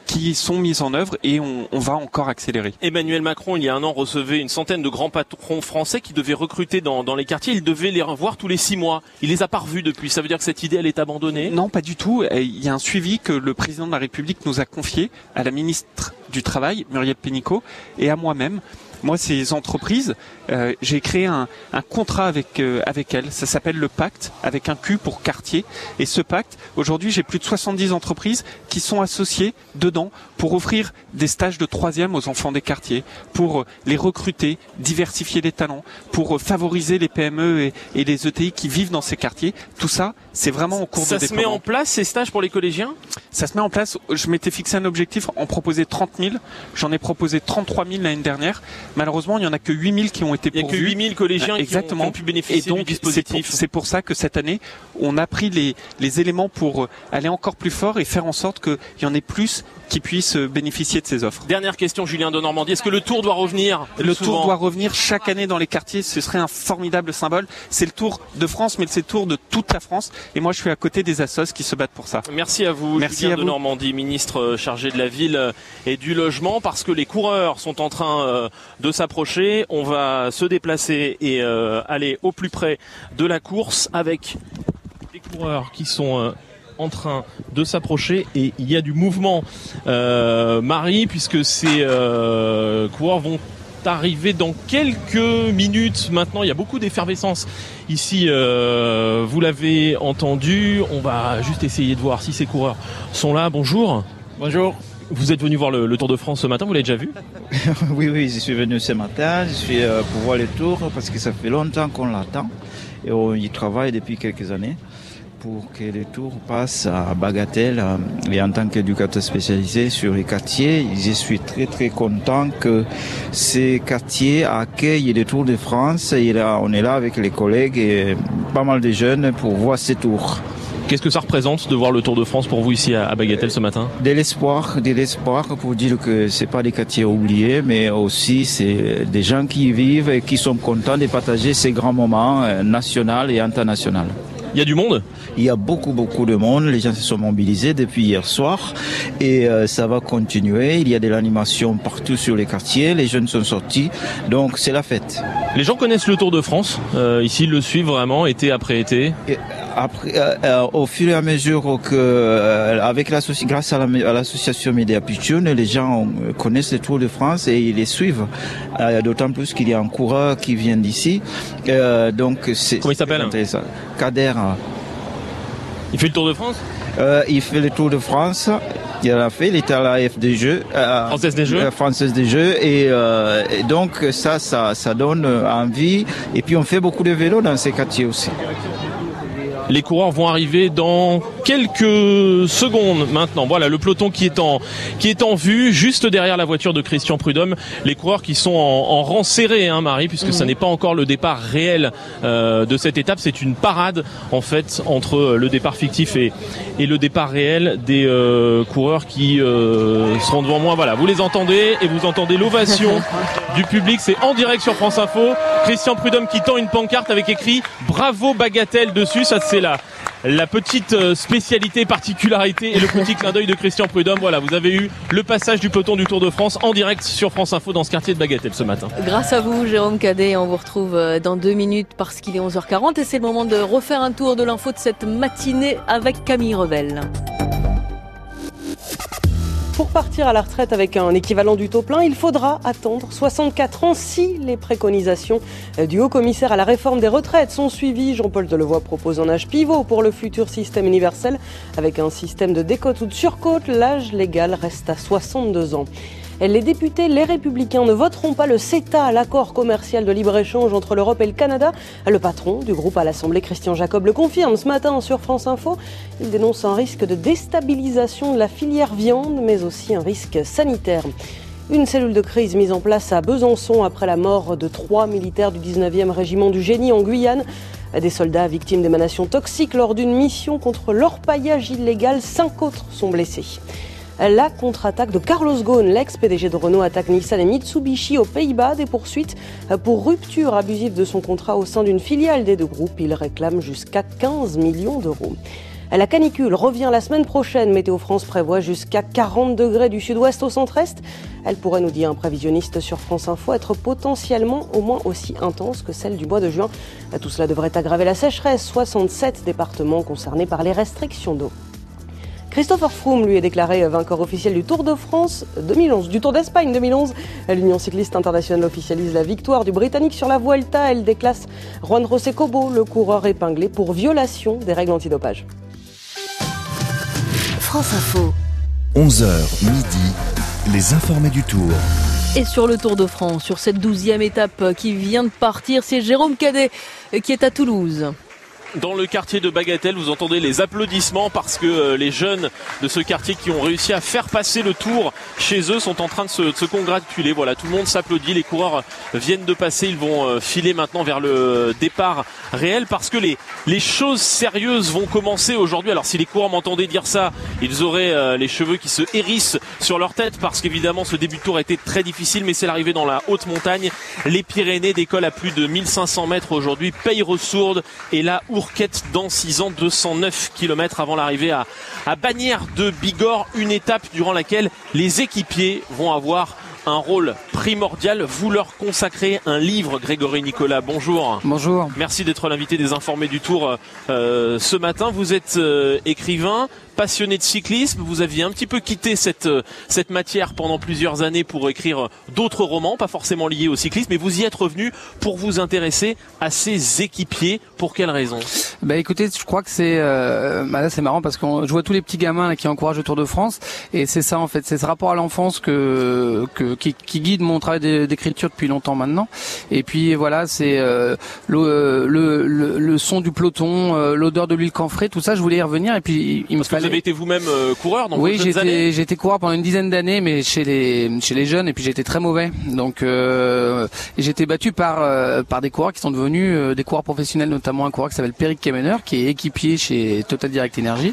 qui sont mises en œuvre et on, on va encore accélérer. Emmanuel Macron, il y a un an, recevait une centaine de grands patrons français qui devaient recruter dans, dans les quartiers. Il devait les revoir tous les six mois. Il les a pas revus depuis. Ça veut dire que cette idée, elle est abandonnée? Non, pas du tout. Il y a un suivi que le président de la République nous a confié à la ministre du Travail, Muriel Pénicaud, et à moi-même. Moi, ces entreprises, euh, j'ai créé un, un contrat avec euh, avec elles. Ça s'appelle le pacte, avec un Q pour quartier. Et ce pacte, aujourd'hui, j'ai plus de soixante-dix entreprises qui sont associées dedans pour offrir des stages de troisième aux enfants des quartiers, pour les recruter, diversifier les talents, pour favoriser les P M E et, et les E T I qui vivent dans ces quartiers. Tout ça, c'est vraiment en cours ça de déploiement. Ça se met en place, ces stages pour les collégiens? Ça se met en place. Je m'étais fixé un objectif, en proposer trente mille. J'en ai proposé trente-trois mille l'année dernière. Malheureusement, il n'y en a que huit mille qui ont été pourvus. Il n'y a que huit mille collégiens Exactement. qui ont, qui ont pu bénéficier et donc, du dispositif. C'est pour, c'est pour ça que cette année, on a pris les, les éléments pour aller encore plus fort et faire en sorte qu'il y en ait plus qui puissent bénéficier de ces offres. Dernière question, Julien de Normandie. Est-ce que le Tour doit revenir? Le souvent Tour doit revenir chaque année dans les quartiers. Ce serait un formidable symbole. C'est le Tour de France, mais c'est le Tour de toute la France. Et moi, je suis à côté des assos qui se battent pour ça. Merci à vous, Merci Julien à de vous. Normandie, ministre chargé de la ville et du logement, parce que les coureurs sont en train de s'approcher. On va se déplacer et aller au plus près de la course avec des coureurs qui sont en train de s'approcher et il y a du mouvement, euh, Marie, puisque ces euh, coureurs vont arriver dans quelques minutes. Maintenant, il y a beaucoup d'effervescence ici, euh, vous l'avez entendu. On va juste essayer de voir si ces coureurs sont là. Bonjour. Bonjour. Vous êtes venu voir le, le Tour de France ce matin, vous l'avez déjà vu? Oui, oui, je suis venu ce matin, je suis euh, pour voir le Tour parce que ça fait longtemps qu'on l'attend et on y travaille depuis quelques années pour que le Tour passe à Bagatelle. Et en tant qu'éducateur spécialisé sur les quartiers, je suis très très content que ces quartiers accueillent le Tour de France. Et là, on est là avec les collègues et pas mal de jeunes pour voir ces tours. Qu'est-ce que ça représente de voir le Tour de France pour vous ici à Bagatelle ce matin? De l'espoir, de l'espoir pour dire que c'est pas des quartiers oubliés, mais aussi c'est des gens qui y vivent et qui sont contents de partager ces grands moments nationaux et internationaux. Il y a du monde? Il y a beaucoup, beaucoup de monde. Les gens se sont mobilisés depuis hier soir et euh, ça va continuer. Il y a de l'animation partout sur les quartiers. Les jeunes sont sortis. Donc, c'est la fête. Les gens connaissent le Tour de France. Euh, ici, ils le suivent vraiment été après été. Et après, euh, euh, au fur et à mesure que, euh, avec l'association, grâce à, la, à l'association Média Pitchoun, les gens euh, connaissent le Tour de France et ils les suivent. Euh, d'autant plus qu'il y a un coureur qui vient d'ici. Euh, donc, c'est. Comment il s'appelle? Kader. Il fait le Tour de France? euh, Il fait le Tour de France. Il a fait, il était à la F des Jeux, euh, Française des Jeux, euh, Française des Jeux, et, euh, et donc ça, ça, ça donne envie. Et puis on fait beaucoup de vélo dans ces quartiers aussi. Les coureurs vont arriver dans quelques secondes maintenant. Voilà le peloton qui est en qui est en vue, juste derrière la voiture de Christian Prudhomme. Les coureurs qui sont en, en rang serré, hein, Marie, puisque mmh. ça n'est pas encore le départ réel euh, de cette étape. C'est une parade en fait entre le départ fictif et et le départ réel des euh, coureurs qui euh, seront devant moi. Voilà, vous les entendez et vous entendez l'ovation du public. C'est en direct sur France Info. Christian Prudhomme qui tend une pancarte avec écrit Bravo Bagatelle dessus. Ça c'est la, la petite spécialité, particularité et le petit clin d'œil de Christian Prudhomme. Voilà, vous avez eu le passage du peloton du Tour de France en direct sur France Info dans ce quartier de Bagatelle ce matin. Grâce à vous, Jérôme Cadet, on vous retrouve dans deux minutes parce qu'il est onze heures quarante et c'est le moment de refaire un tour de l'info de cette matinée avec Camille Revel. Pour partir à la retraite avec un équivalent du taux plein, il faudra attendre soixante-quatre ans si les préconisations du haut-commissaire à la réforme des retraites sont suivies. Jean-Paul Delevoye propose un âge pivot pour le futur système universel. Avec un système de décote ou de surcote, l'âge légal reste à soixante-deux ans. Les députés, les Républicains, ne voteront pas le CETA, l'accord commercial de libre-échange entre l'Europe et le Canada. Le patron du groupe à l'Assemblée, Christian Jacob, le confirme ce matin sur France Info. Il dénonce un risque de déstabilisation de la filière viande, mais aussi un risque sanitaire. Une cellule de crise mise en place à Besançon après la mort de trois militaires du dix-neuvième régiment du Génie en Guyane. Des soldats victimes d'émanations toxiques lors d'une mission contre l'orpaillage illégal. Cinq autres sont blessés. La contre-attaque de Carlos Ghosn, l'ex-P D G de Renault, attaque Nissan et Mitsubishi aux Pays-Bas. Des poursuites pour rupture abusive de son contrat au sein d'une filiale des deux groupes. Il réclame jusqu'à quinze millions d'euros. La canicule revient la semaine prochaine. Météo France prévoit jusqu'à quarante degrés du sud-ouest au centre-est. Elle pourrait, nous dit un prévisionniste sur France Info, être potentiellement au moins aussi intense que celle du mois de juin. Tout cela devrait aggraver la sécheresse. soixante-sept départements concernés par les restrictions d'eau. Christopher Froome, lui, est déclaré vainqueur officiel du Tour de France deux mille onze, du Tour d'Espagne deux mille onze. L'Union cycliste internationale officialise la victoire du Britannique sur la Vuelta. Elle déclasse Juan José Cobo, le coureur épinglé pour violation des règles antidopage. France Info. onze heures midi, les informés du Tour. Et sur le Tour de France, sur cette douzième étape qui vient de partir, c'est Jérôme Cadet qui est à Toulouse. Dans le quartier de Bagatelle, vous entendez les applaudissements parce que les jeunes de ce quartier qui ont réussi à faire passer le Tour chez eux sont en train de se, de se congratuler. Voilà, tout le monde s'applaudit, les coureurs viennent de passer, ils vont filer maintenant vers le départ réel parce que les, les choses sérieuses vont commencer aujourd'hui. Alors si les coureurs m'entendaient dire ça, ils auraient les cheveux qui se hérissent sur leur tête parce qu'évidemment ce début de Tour a été très difficile, mais c'est l'arrivée dans la haute montagne. Les Pyrénées décollent à plus de mille cinq cents mètres aujourd'hui, Peilleresourde et là où Ourquette dans six ans, deux cent neuf kilomètres avant l'arrivée à, à Bagnères de Bigorre, une étape durant laquelle les équipiers vont avoir un rôle primordial. Vous leur consacrez un livre, Grégory Nicolas. Bonjour. Bonjour. Merci d'être l'invité des Informés du Tour euh, ce matin. Vous êtes euh, écrivain, passionné de cyclisme. Vous aviez un petit peu quitté cette, cette matière pendant plusieurs années pour écrire d'autres romans, pas forcément liés au cyclisme, mais vous y êtes revenu pour vous intéresser à ces équipiers. Pour quelle raison? Bah écoutez, je crois que c'est euh, bah là c'est marrant parce que je vois tous les petits gamins là, qui encouragent le Tour de France et c'est ça en fait, c'est ce rapport à l'enfance que, que qui, qui guide mon travail d'écriture depuis longtemps maintenant. Et puis voilà, c'est euh, le, le, le, le son du peloton, euh, l'odeur de l'huile camphrée, tout ça, je voulais y revenir et puis il me Parce fallait... que vous avez été vous-même euh, coureur dans oui, vos jeunes années? Oui, j'ai été coureur pendant une dizaine d'années, mais chez les chez les jeunes et puis j'ai été très mauvais. Donc euh, j'ai été battu par euh, par des coureurs qui sont devenus euh, des coureurs professionnels, notamment un coureur qui s'appelle Peric Kemener, qui est équipier chez Total Direct Energy.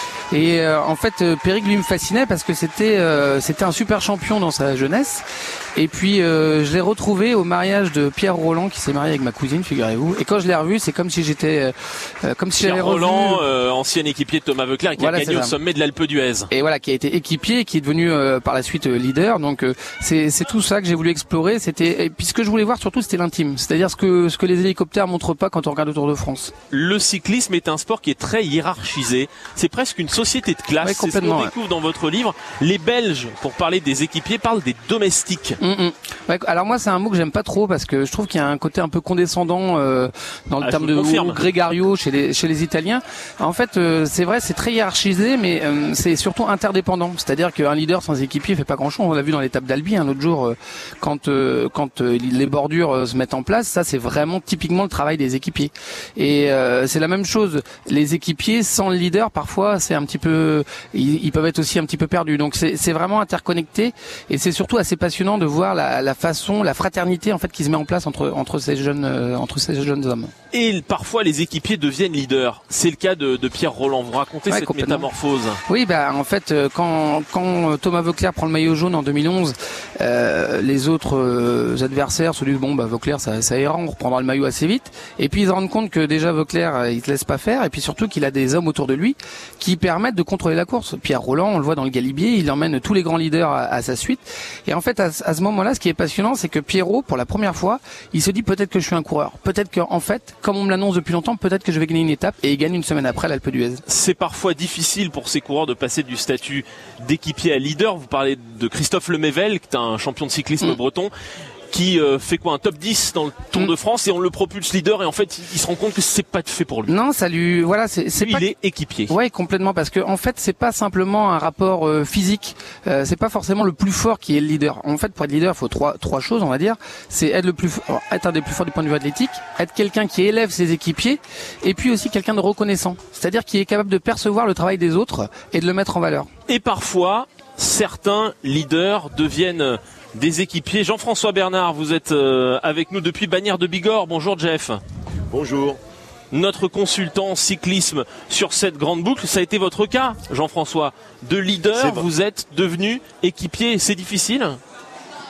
Et euh, en fait, euh, Peric lui me fascinait parce que c'était euh, c'était un super champion dans sa jeunesse. Et puis euh, je l'ai retrouvé au mariage de Pierre Roland qui s'est marié avec ma cousine, figurez-vous. Et quand je l'ai revu, c'est comme si j'étais euh, comme si j'avais revu Roland, euh, ancien équipier de Thomas Voeckler et qui voilà, a gagné au sommet de l'Alpe d'Huez. Et voilà, qui a été équipier et qui est devenu euh, par la suite euh, leader. Donc euh, c'est c'est tout ça que j'ai voulu explorer. C'était et puis ce que je voulais voir surtout, c'était l'intime, c'est-à-dire ce que ce que les hélicoptères montrent pas quand on regarde le Tour de France. Le cyclisme est un sport qui est très hiérarchisé. C'est presque une société de classe. Ouais, c'est ce qu'on ouais. découvre dans votre livre. Les Belges, pour parler des équipiers, parlent des domestiques. Mmh, mmh. Ouais, alors moi c'est un mot que j'aime pas trop parce que je trouve qu'il y a un côté un peu condescendant euh, dans le ah, terme de confirme. grégario chez les chez les Italiens. En fait euh, c'est vrai, c'est très hiérarchisé, mais euh, c'est surtout interdépendant. C'est-à-dire qu'un leader sans équipier fait pas grand-chose. On l'a vu dans l'étape d'Albi un autre jour euh, quand euh, quand euh, les bordures euh, se mettent en place. Ça c'est vraiment typiquement le travail des équipiers. Et euh, c'est la même chose. Les équipiers sans le leader parfois c'est un petit peu ils, ils peuvent être aussi un petit peu perdus. Donc c'est c'est vraiment interconnecté et c'est surtout assez passionnant de voir la, la façon, la fraternité en fait qui se met en place entre entre ces jeunes euh, entre ces jeunes hommes. Et parfois les équipiers deviennent leaders. C'est le cas de, de Pierre Roland. Vous racontez ouais, cette métamorphose. Oui, bah en fait quand quand Thomas Voeckler prend le maillot jaune en deux mille onze, euh, les autres euh, adversaires se disent bon bah Voeckler ça ça ira, on reprendra le maillot assez vite. Et puis ils se rendent compte que déjà Voeckler euh, il se laisse pas faire et puis surtout qu'il a des hommes autour de lui qui permettent de contrôler la course. Pierre Roland, on le voit dans le Galibier, il emmène tous les grands leaders à, à sa suite. Et en fait à, à ce moment-là, ce qui est passionnant, c'est que Pierrot, pour la première fois, il se dit peut-être que je suis un coureur. Peut-être qu'en fait, comme on me l'annonce depuis longtemps, peut-être que je vais gagner une étape et il gagne une semaine après l'Alpe d'Huez. C'est parfois difficile pour ces coureurs de passer du statut d'équipier à leader. Vous parlez de Christophe Lemaivel, qui est un champion de cyclisme mmh. breton, qui euh, fait quoi, un top dix dans le Tour mmh. de France et on le propulse leader et en fait il se rend compte que c'est pas fait pour lui. Non, ça lui voilà, c'est c'est pas il est équipier. Ouais, complètement parce que en fait, c'est pas simplement un rapport euh, physique, euh, c'est pas forcément le plus fort qui est le leader. En fait, pour être leader, il faut trois trois choses, on va dire, c'est être le plus alors, être un des plus forts du point de vue athlétique, être quelqu'un qui élève ses équipiers et puis aussi quelqu'un de reconnaissant, c'est-à-dire qui est capable de percevoir le travail des autres et de le mettre en valeur. Et parfois, certains leaders deviennent des équipiers. Jean-François Bernard, vous êtes euh, avec nous depuis Bagnères de Bigorre. Bonjour Jeff. Bonjour. Notre consultant cyclisme sur cette grande boucle, ça a été votre cas, Jean-François. De leader, vous êtes devenu équipier. C'est difficile ?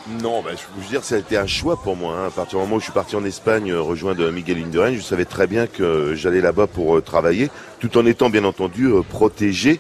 Non, bah, je veux dire, ça a été un choix pour moi. Hein. À partir du moment où je suis parti en Espagne euh, rejoindre Miguel Indurain, je savais très bien que j'allais là-bas pour euh, travailler, tout en étant bien entendu euh, protégé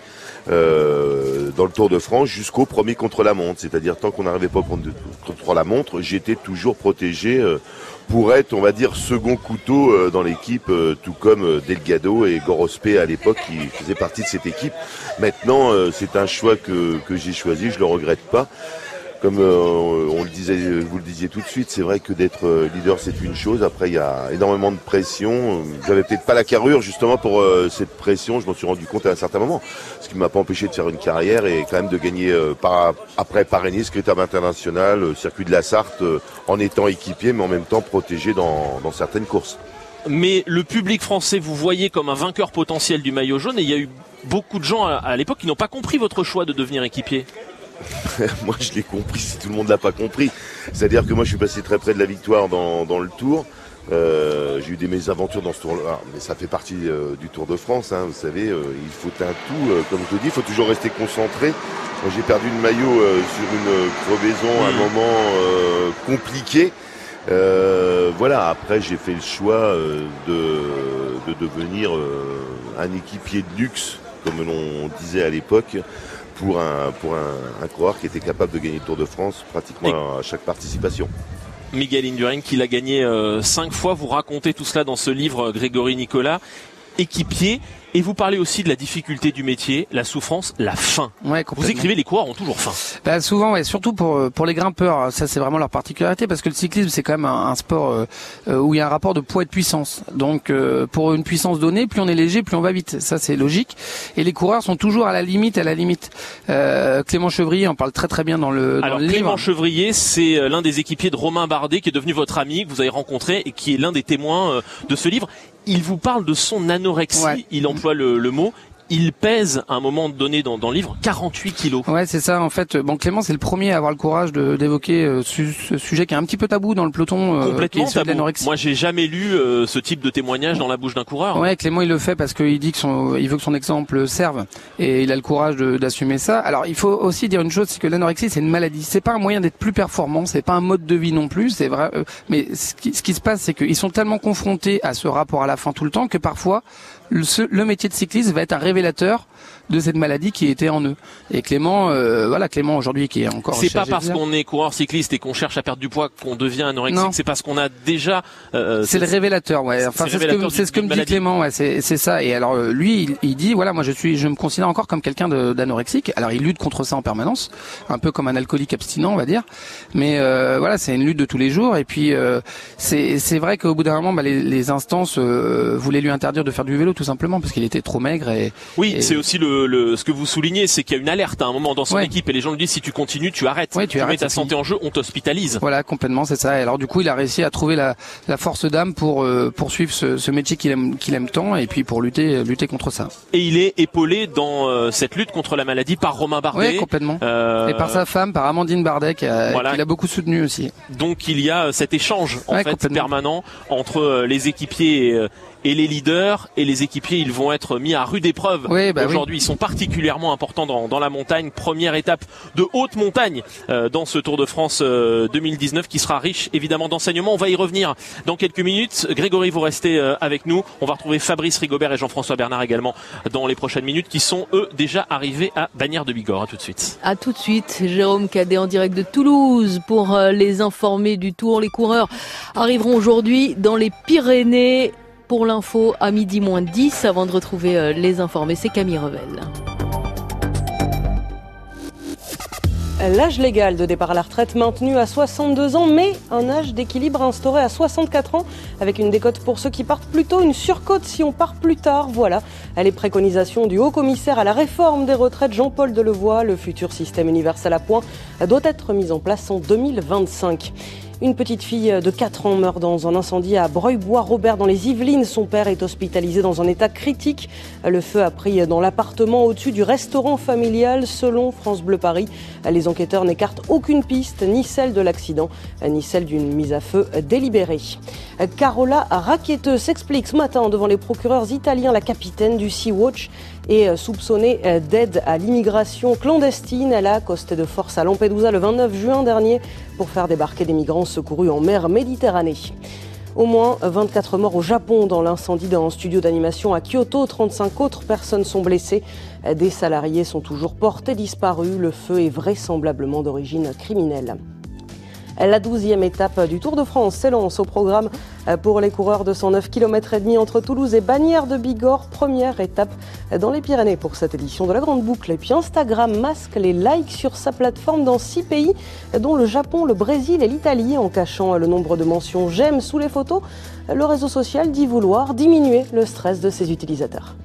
euh, dans le Tour de France jusqu'au premier contre-la-montre. C'est-à-dire tant qu'on n'arrivait pas au contre-la-montre, j'étais toujours protégé euh, pour être, on va dire, second couteau euh, dans l'équipe, euh, tout comme euh, Delgado et Gorospe à l'époque qui faisaient partie de cette équipe. Maintenant, euh, c'est un choix que, que j'ai choisi, je le regrette pas. Comme euh, on le disait, vous le disiez tout de suite, c'est vrai que d'être euh, leader c'est une chose. Après il y a énormément de pression. J'avais peut-être pas la carrure justement pour euh, cette pression. Je m'en suis rendu compte à un certain moment, ce qui m'a pas empêché de faire une carrière et quand même de gagner euh, par, après Paris-Nice, Critérium international, euh, circuit de la Sarthe, euh, en étant équipier mais en même temps protégé dans, dans certaines courses. Mais le public français vous voyez comme un vainqueur potentiel du maillot jaune et il y a eu beaucoup de gens à, à l'époque qui n'ont pas compris votre choix de devenir équipier. Moi je l'ai compris si tout le monde l'a pas compris. C'est-à-dire que moi je suis passé très près de la victoire dans, dans le Tour. Euh, j'ai eu des mésaventures dans ce tour-là, mais ça fait partie euh, du Tour de France. Hein, vous savez, euh, il faut un tout, euh, comme je te dis, il faut toujours rester concentré. Moi j'ai perdu le maillot euh, sur une crevaison à un moment euh, compliqué. Euh, voilà, après j'ai fait le choix euh, de, de devenir euh, un équipier de luxe, comme l'on disait à l'époque, pour un pour un, un coureur qui était capable de gagner le Tour de France pratiquement Et... à chaque participation. Miguel Indurain qui l'a gagné euh, cinq fois, vous racontez tout cela dans ce livre Grégory Nicolas, équipier, et vous parlez aussi de la difficulté du métier, la souffrance, la faim. Ouais, vous écrivez les coureurs ont toujours faim. Bah souvent, ouais, surtout pour pour les grimpeurs, ça c'est vraiment leur particularité parce que le cyclisme c'est quand même un, un sport euh, où il y a un rapport de poids et de puissance. Donc euh, pour une puissance donnée, plus on est léger, plus on va vite. Ça c'est logique. Et les coureurs sont toujours à la limite, à la limite. Euh, Clément Chevrier en parle très très bien dans le, dans Alors, le Clément livre. Chevrier, c'est l'un des équipiers de Romain Bardet qui est devenu votre ami, que vous avez rencontré et qui est l'un des témoins de ce livre. Il vous parle de son anorexie, ouais. Il emploie le, le mot. Il pèse à un moment donné dans, dans le livre quarante-huit kilos. Ouais, c'est ça. En fait, bon, Clément, c'est le premier à avoir le courage de, d'évoquer euh, ce, ce sujet qui est un petit peu tabou dans le peloton. Euh, Complètement qui est tabou. Moi, j'ai jamais lu euh, ce type de témoignage dans la bouche d'un coureur. Ouais, Clément, il le fait parce qu'il dit que son, il veut que son exemple serve et il a le courage de, d'assumer ça. Alors, il faut aussi dire une chose, c'est que l'anorexie, c'est une maladie. C'est pas un moyen d'être plus performant, c'est pas un mode de vie non plus. C'est vrai. Euh, mais ce qui, ce qui se passe, c'est qu'ils sont tellement confrontés à ce rapport à la faim tout le temps que parfois le, le métier de cycliste va être un révélateur de cette maladie qui était en eux. Et Clément, euh, voilà, Clément aujourd'hui qui est encore. C'est pas parce qu'on est coureur cycliste et qu'on cherche à perdre du poids qu'on devient anorexique. C'est parce qu'on a déjà. Euh, c'est, c'est le révélateur, ouais. Enfin, c'est, c'est ce que, c'est ce que me dit Clément, ouais. C'est, c'est ça. Et alors euh, lui, il, il dit, voilà, moi je suis, je me considère encore comme quelqu'un de, d'anorexique. Alors il lutte contre ça en permanence, un peu comme un alcoolique abstinent, on va dire. Mais euh, voilà, c'est une lutte de tous les jours. Et puis euh, c'est, c'est vrai qu'au bout d'un moment, bah, les, les instances euh, voulaient lui interdire de faire du vélo, tout simplement, parce qu'il était trop maigre. Et oui, et... c'est aussi le Le, ce que vous soulignez, c'est qu'il y a une alerte à un moment dans son ouais. équipe et les gens lui disent si tu continues, tu arrêtes. Ouais, tu, tu mets ta santé en jeu, on t'hospitalise. Voilà, complètement, c'est ça. Et alors du coup, il a réussi à trouver la, la force d'âme pour euh, poursuivre ce, ce métier qu'il aime, qu'il aime tant et puis pour lutter, lutter contre ça. Et il est épaulé dans euh, cette lutte contre la maladie par Romain Bardet. Oui, complètement. Euh... Et par sa femme, par Amandine Bardet, qui, a, voilà. qui l'a beaucoup soutenu aussi. Donc il y a cet échange en ouais, fait permanent entre les équipiers et, et les leaders, et les équipiers, ils vont être mis à rude épreuve. Oui, bah aujourd'hui, oui. Ils sont particulièrement importants dans, dans la montagne. Première étape de haute montagne euh, dans ce Tour de France euh, deux mille dix-neuf qui sera riche évidemment d'enseignements. On va y revenir dans quelques minutes. Grégory, vous restez euh, avec nous. On va retrouver Fabrice Rigobert et Jean-François Bernard également dans les prochaines minutes, qui sont eux déjà arrivés à Bagnères de Bigorre. À tout de suite. À tout de suite. Jérôme Cadet en direct de Toulouse pour euh, les informer du Tour. Les coureurs arriveront aujourd'hui dans les Pyrénées. Pour l'info, à midi moins dix, avant de retrouver euh, les informés, c'est Camille Revel. L'âge légal de départ à la retraite maintenu à soixante-deux ans, mais un âge d'équilibre instauré à soixante-quatre ans, avec une décote pour ceux qui partent plus tôt, une surcote si on part plus tard. Voilà les préconisations du haut-commissaire à la réforme des retraites, Jean-Paul Delevoye. Le futur système universel à points doit être mis en place en deux mille vingt-cinq. Une petite fille de quatre ans meurt dans un incendie à Breuil-Bois-Robert dans les Yvelines. Son père est hospitalisé dans un état critique. Le feu a pris dans l'appartement au-dessus du restaurant familial. Selon France Bleu Paris, les enquêteurs n'écartent aucune piste, ni celle de l'accident, ni celle d'une mise à feu délibérée. Carola Rackete s'explique ce matin devant les procureurs italiens. La capitaine du Sea-Watch est soupçonnée d'aide à l'immigration clandestine. Elle a accosté de force à Lampedusa le vingt-neuf juin dernier pour faire débarquer des migrants secourus en mer Méditerranée. Au moins vingt-quatre morts au Japon dans l'incendie d'un studio d'animation à Kyoto. trente-cinq autres personnes sont blessées. Des salariés sont toujours portés disparus. Le feu est vraisemblablement d'origine criminelle. La douzième étape du Tour de France s'élance au programme pour les coureurs de cent neuf kilomètres et demi entre Toulouse et Bagnères de Bigorre. Première étape dans les Pyrénées pour cette édition de la Grande Boucle. Et puis Instagram masque les likes sur sa plateforme dans six pays, dont le Japon, le Brésil et l'Italie. En cachant le nombre de mentions j'aime sous les photos, le réseau social dit vouloir diminuer le stress de ses utilisateurs.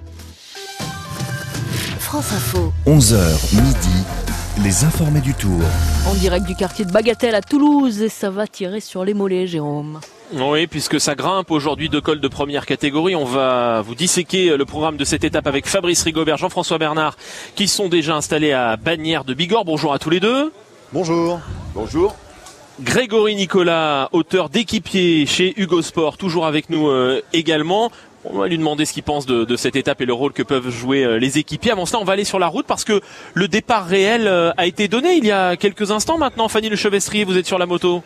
France Info. onze heures midi. Les informés du Tour. En direct du quartier de Bagatelle à Toulouse, et ça va tirer sur les mollets, Jérôme. Oui, puisque ça grimpe aujourd'hui de col de première catégorie. On va vous disséquer le programme de cette étape avec Fabrice Rigobert, Jean-François Bernard, qui sont déjà installés à Bagnères de Bigorre. Bonjour à tous les deux. Bonjour. Bonjour. Grégory Nicolas, auteur d'équipier chez Hugo Sport, toujours avec nous euh, également. On va lui demander ce qu'il pense de, de cette étape et le rôle que peuvent jouer les équipiers. Avant cela, on va aller sur la route parce que le départ réel a été donné il y a quelques instants maintenant. Fanny Lechevestrier, vous êtes sur la moto.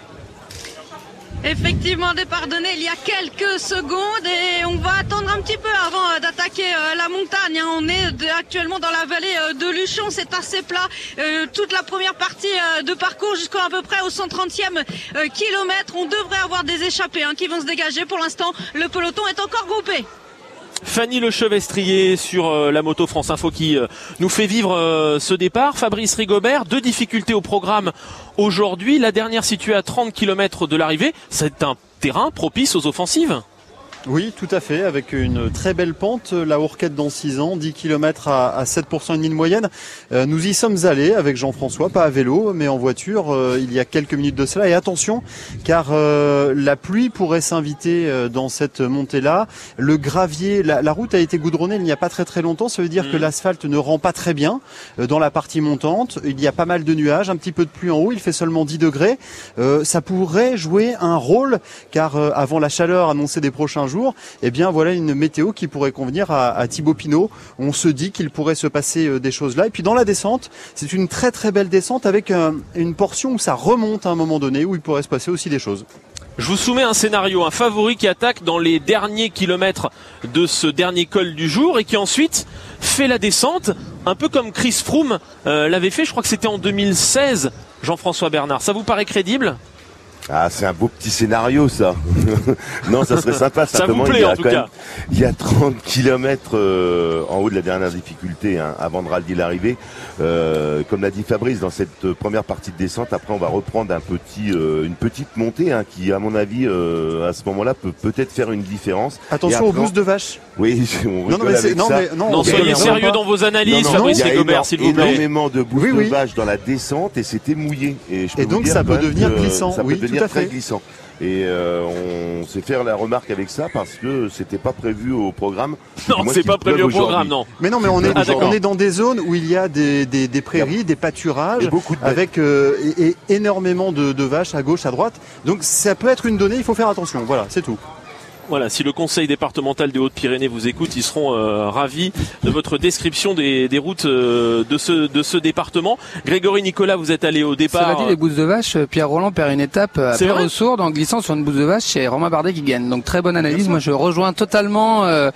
Effectivement, départ donné il y a quelques secondes et on va attendre un petit peu avant d'attaquer la montagne. On est actuellement dans la vallée de Luchon, c'est assez plat. Euh, toute la première partie de parcours jusqu'à à peu près au cent trentième kilomètre. On devrait avoir des échappées hein, qui vont se dégager. Pour l'instant, le peloton est encore groupé. Fanny Lechevestrier sur euh, la moto France Info qui euh, nous fait vivre euh, ce départ. Fabrice Rigobert, deux difficultés au programme aujourd'hui. La dernière située à trente kilomètres de l'arrivée. C'est un terrain propice aux offensives. Oui, tout à fait, avec une très belle pente, la Hourquette dans six ans, dix kilomètres à, à sept pour cent et demi de moyenne. Euh, nous y sommes allés avec Jean-François, pas à vélo, mais en voiture, euh, il y a quelques minutes de cela. Et attention, car euh, la pluie pourrait s'inviter euh, dans cette montée-là. Le gravier, la, la route a été goudronnée il n'y a pas très très longtemps, ça veut dire mmh. que l'asphalte ne rend pas très bien euh, dans la partie montante. Il y a pas mal de nuages, un petit peu de pluie en haut, il fait seulement dix degrés. Euh, ça pourrait jouer un rôle, car euh, avant la chaleur annoncée des prochains jours, eh bien voilà une météo qui pourrait convenir à, à Thibaut Pinot. On se dit qu'il pourrait se passer euh, des choses là. Et puis dans la descente, c'est une très très belle descente avec un, une portion où ça remonte à un moment donné, où il pourrait se passer aussi des choses. Je vous soumets un scénario, un favori qui attaque dans les derniers kilomètres de ce dernier col du jour et qui ensuite fait la descente, un peu comme Chris Froome euh, l'avait fait, je crois que c'était en deux mille seize, Jean-François Bernard. Ça vous paraît crédible ? Ah, c'est un beau petit scénario, ça. Non, ça serait sympa. Ça vous plaît, en tout cas. Il y a trente kilomètres euh, en haut de la dernière difficulté, hein, avant de rallier l'arrivée. Euh, comme l'a dit Fabrice, dans cette première partie de descente, après, on va reprendre un petit, euh, une petite montée, hein, qui, à mon avis, euh, à ce moment-là, peut peut-être faire une différence. Attention après, aux boosts de vache. Oui, on non, non, mais avec non, ça. Mais, non, non soyez sérieux dans vos analyses, Fabrice Rigobert, s'il vous plaît. Il y a énormément de boosts oui, oui. de vache dans la descente et c'était mouillé. Et, je peux et donc, vous dire ça peut devenir que, glissant. Ça oui, peut devenir très glissant. Et euh, on s'est fait la remarque avec ça parce que c'était pas prévu au programme. Non, c'est pas prévu au programme, non. Mais non, mais on est, ah, on est dans des zones où il y a des, des, des prairies, des pâturages, de avec euh, et, et énormément de, de vaches à gauche, à droite. Donc ça peut être une donnée, il faut faire attention. Voilà, c'est tout. Voilà, si le conseil départemental des Hautes-Pyrénées vous écoute, ils seront euh, ravis de votre description des, des routes euh, de ce de ce département. Grégory Nicolas, vous êtes allé au départ. Cela dit, les bousses de vache, Pierre Roland perd une étape à Peyresourde en glissant sur une bouse de vache, c'est Romain Bardet qui gagne. Donc très bonne analyse. Moi, je rejoins totalement euh,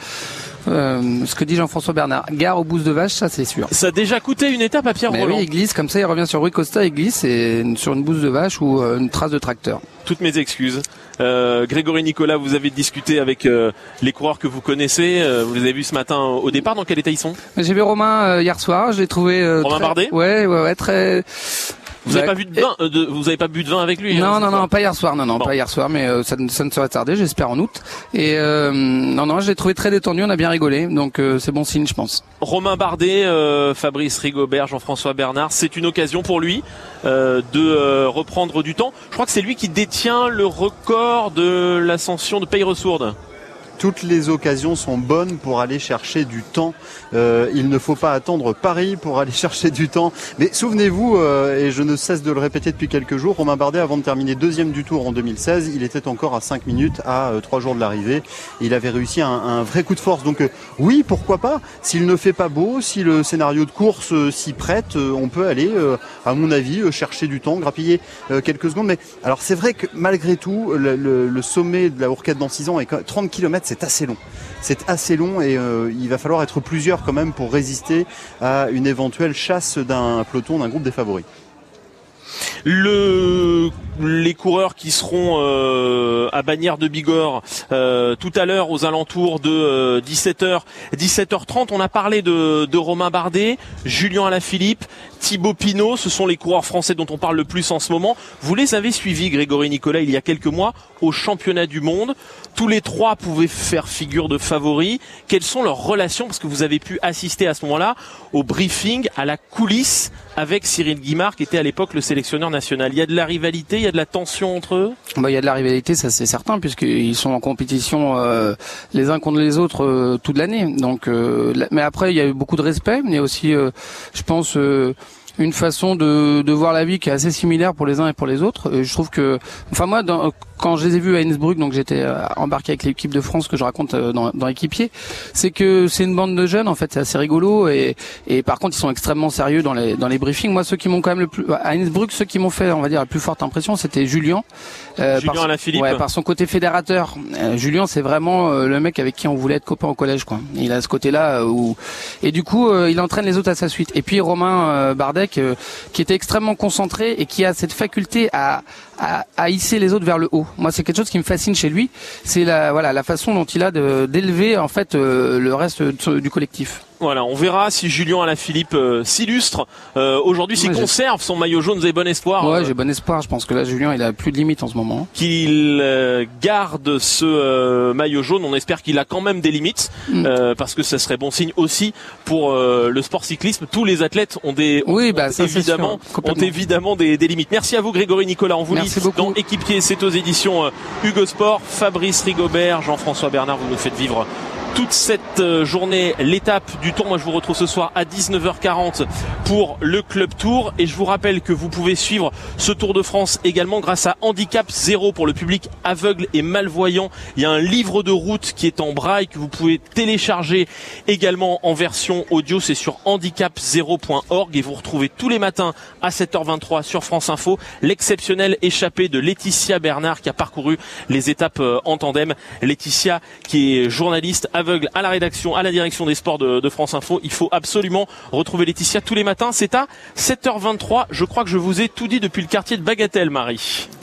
euh, ce que dit Jean-François Bernard. Gare aux bousses de vache, ça c'est sûr. Ça a déjà coûté une étape à Pierre Mais Roland. Oui, il glisse comme ça, il revient sur Rui Costa, il glisse et sur une bouse de vache ou euh, une trace de tracteur. Toutes mes excuses. Euh, Grégory Nicolas, vous avez discuté avec euh, les coureurs que vous connaissez. Euh, vous les avez vus ce matin au départ. Dans quel état ils sont ? J'ai vu Romain euh, hier soir. Je l'ai trouvé. Euh, Romain très... Bardet ? Ouais, ouais, ouais, très. Vous n'avez pas bu de vin euh, de, Vous avez pas bu de vin avec lui ? Non, hein, non, non, pas hier soir. Non, non, bon. pas hier soir. Mais euh, ça, ça ne serait tardé. J'espère en août. Et euh, non, non, je l'ai trouvé très détendu. On a bien rigolé. Donc euh, c'est bon signe, je pense. Romain Bardet, euh, Fabrice Rigobert, Jean-François Bernard, c'est une occasion pour lui euh, de euh, reprendre du temps. Je crois que c'est lui qui détient le record de l'ascension de Peyresourde. toutes les occasions sont bonnes pour aller chercher du temps. Euh, il ne faut pas attendre Paris pour aller chercher du temps. Mais souvenez-vous, euh, et je ne cesse de le répéter depuis quelques jours, Romain Bardet, avant de terminer deuxième du Tour en deux mille seize, il était encore à cinq minutes à euh, trois jours de l'arrivée. Il avait réussi un, un vrai coup de force. Donc euh, oui, pourquoi pas. S'il ne fait pas beau, si le scénario de course euh, s'y prête, euh, on peut aller, euh, à mon avis, euh, chercher du temps, grappiller euh, quelques secondes. Mais alors c'est vrai que malgré tout, le, le, le sommet de la Hourquette dans six ans est trente kilomètres, c'est assez long. C'est assez long et euh, il va falloir être plusieurs quand même pour résister à une éventuelle chasse d'un peloton, d'un groupe des favoris. Le, les coureurs qui seront euh, à Bagnères de Bigorre euh, tout à l'heure aux alentours de euh, dix-sept heures, dix-sept heures trente, on a parlé de, de Romain Bardet, Julien Alaphilippe, Thibaut Pinot, ce sont les coureurs français dont on parle le plus en ce moment. Vous les avez suivis, Grégory Nicolas, il y a quelques mois au championnat du monde. Tous les trois pouvaient faire figure de favoris. Quelles sont leurs relations? Parce que vous avez pu assister à ce moment-là au briefing, à la coulisse avec Cyril Guimard, qui était à l'époque le sélectionneur national. Il y a de la rivalité, il y a de la tension entre eux? Bah, il y a de la rivalité, ça c'est certain, puisqu'ils sont en compétition euh, les uns contre les autres euh, toute l'année. Donc, euh, mais après, il y a eu beaucoup de respect. Il y a aussi, euh, je pense... Euh, une façon de, de voir la vie qui est assez similaire pour les uns et pour les autres. Et je trouve que, enfin moi, dans, quand je les ai vus à Innsbruck, donc j'étais embarqué avec l'équipe de France que je raconte dans, dans Équipier, c'est que c'est une bande de jeunes, en fait, c'est assez rigolo et, et par contre ils sont extrêmement sérieux dans les dans les briefings. Moi, ceux qui m'ont quand même le plus à Innsbruck, ceux qui m'ont fait, on va dire, la plus forte impression, c'était Julien. Euh, Julien Alaphilippe. Ouais, par son côté fédérateur. Euh, Julien, c'est vraiment euh, le mec avec qui on voulait être copain au collège, quoi. Il a ce côté-là euh, où et du coup, euh, il entraîne les autres à sa suite. Et puis Romain euh, Bardet, euh, qui était extrêmement concentré et qui a cette faculté à À, à hisser les autres vers le haut. Moi, c'est quelque chose qui me fascine chez lui. C'est la voilà la façon dont il a de, d'élever en fait euh, le reste de, du collectif. Voilà, on verra si Julien Alaphilippe euh, s'illustre euh, aujourd'hui, s'il ouais, conserve son maillot jaune. Vous avez bon espoir? Ouais, euh, j'ai bon espoir. Je pense que là, Julien, il a plus de limites en ce moment. Qu'il euh, garde ce euh, maillot jaune. On espère qu'il a quand même des limites, mm. euh, parce que ça serait bon signe aussi pour euh, le sport cyclisme. Tous les athlètes ont des, oui, bah, ça, évidemment, sûr, ont évidemment des, des limites. Merci à vous, Grégory Nicolas. On vous lit dans Équipier. C'est aux éditions euh, Hugo Sport. Fabrice Rigobert, Jean-François Bernard, vous nous faites vivre toute cette journée l'étape du Tour. Moi, je vous retrouve ce soir à dix-neuf heures quarante pour le Club Tour. Et je vous rappelle que vous pouvez suivre ce Tour de France également grâce à Handicap Zéro pour le public aveugle et malvoyant. Il y a un livre de route qui est en braille que vous pouvez télécharger également en version audio. C'est sur handicap zéro point org et vous retrouvez tous les matins à sept heures vingt-trois sur France Info l'exceptionnel échappée de Laetitia Bernard qui a parcouru les étapes en tandem. Laetitia qui est journaliste aveugle à la rédaction, à la direction des sports de, de France Info. Il faut absolument retrouver Laetitia tous les matins. C'est à sept heures vingt-trois. Je crois que je vous ai tout dit depuis le quartier de Bagatelle, Marie.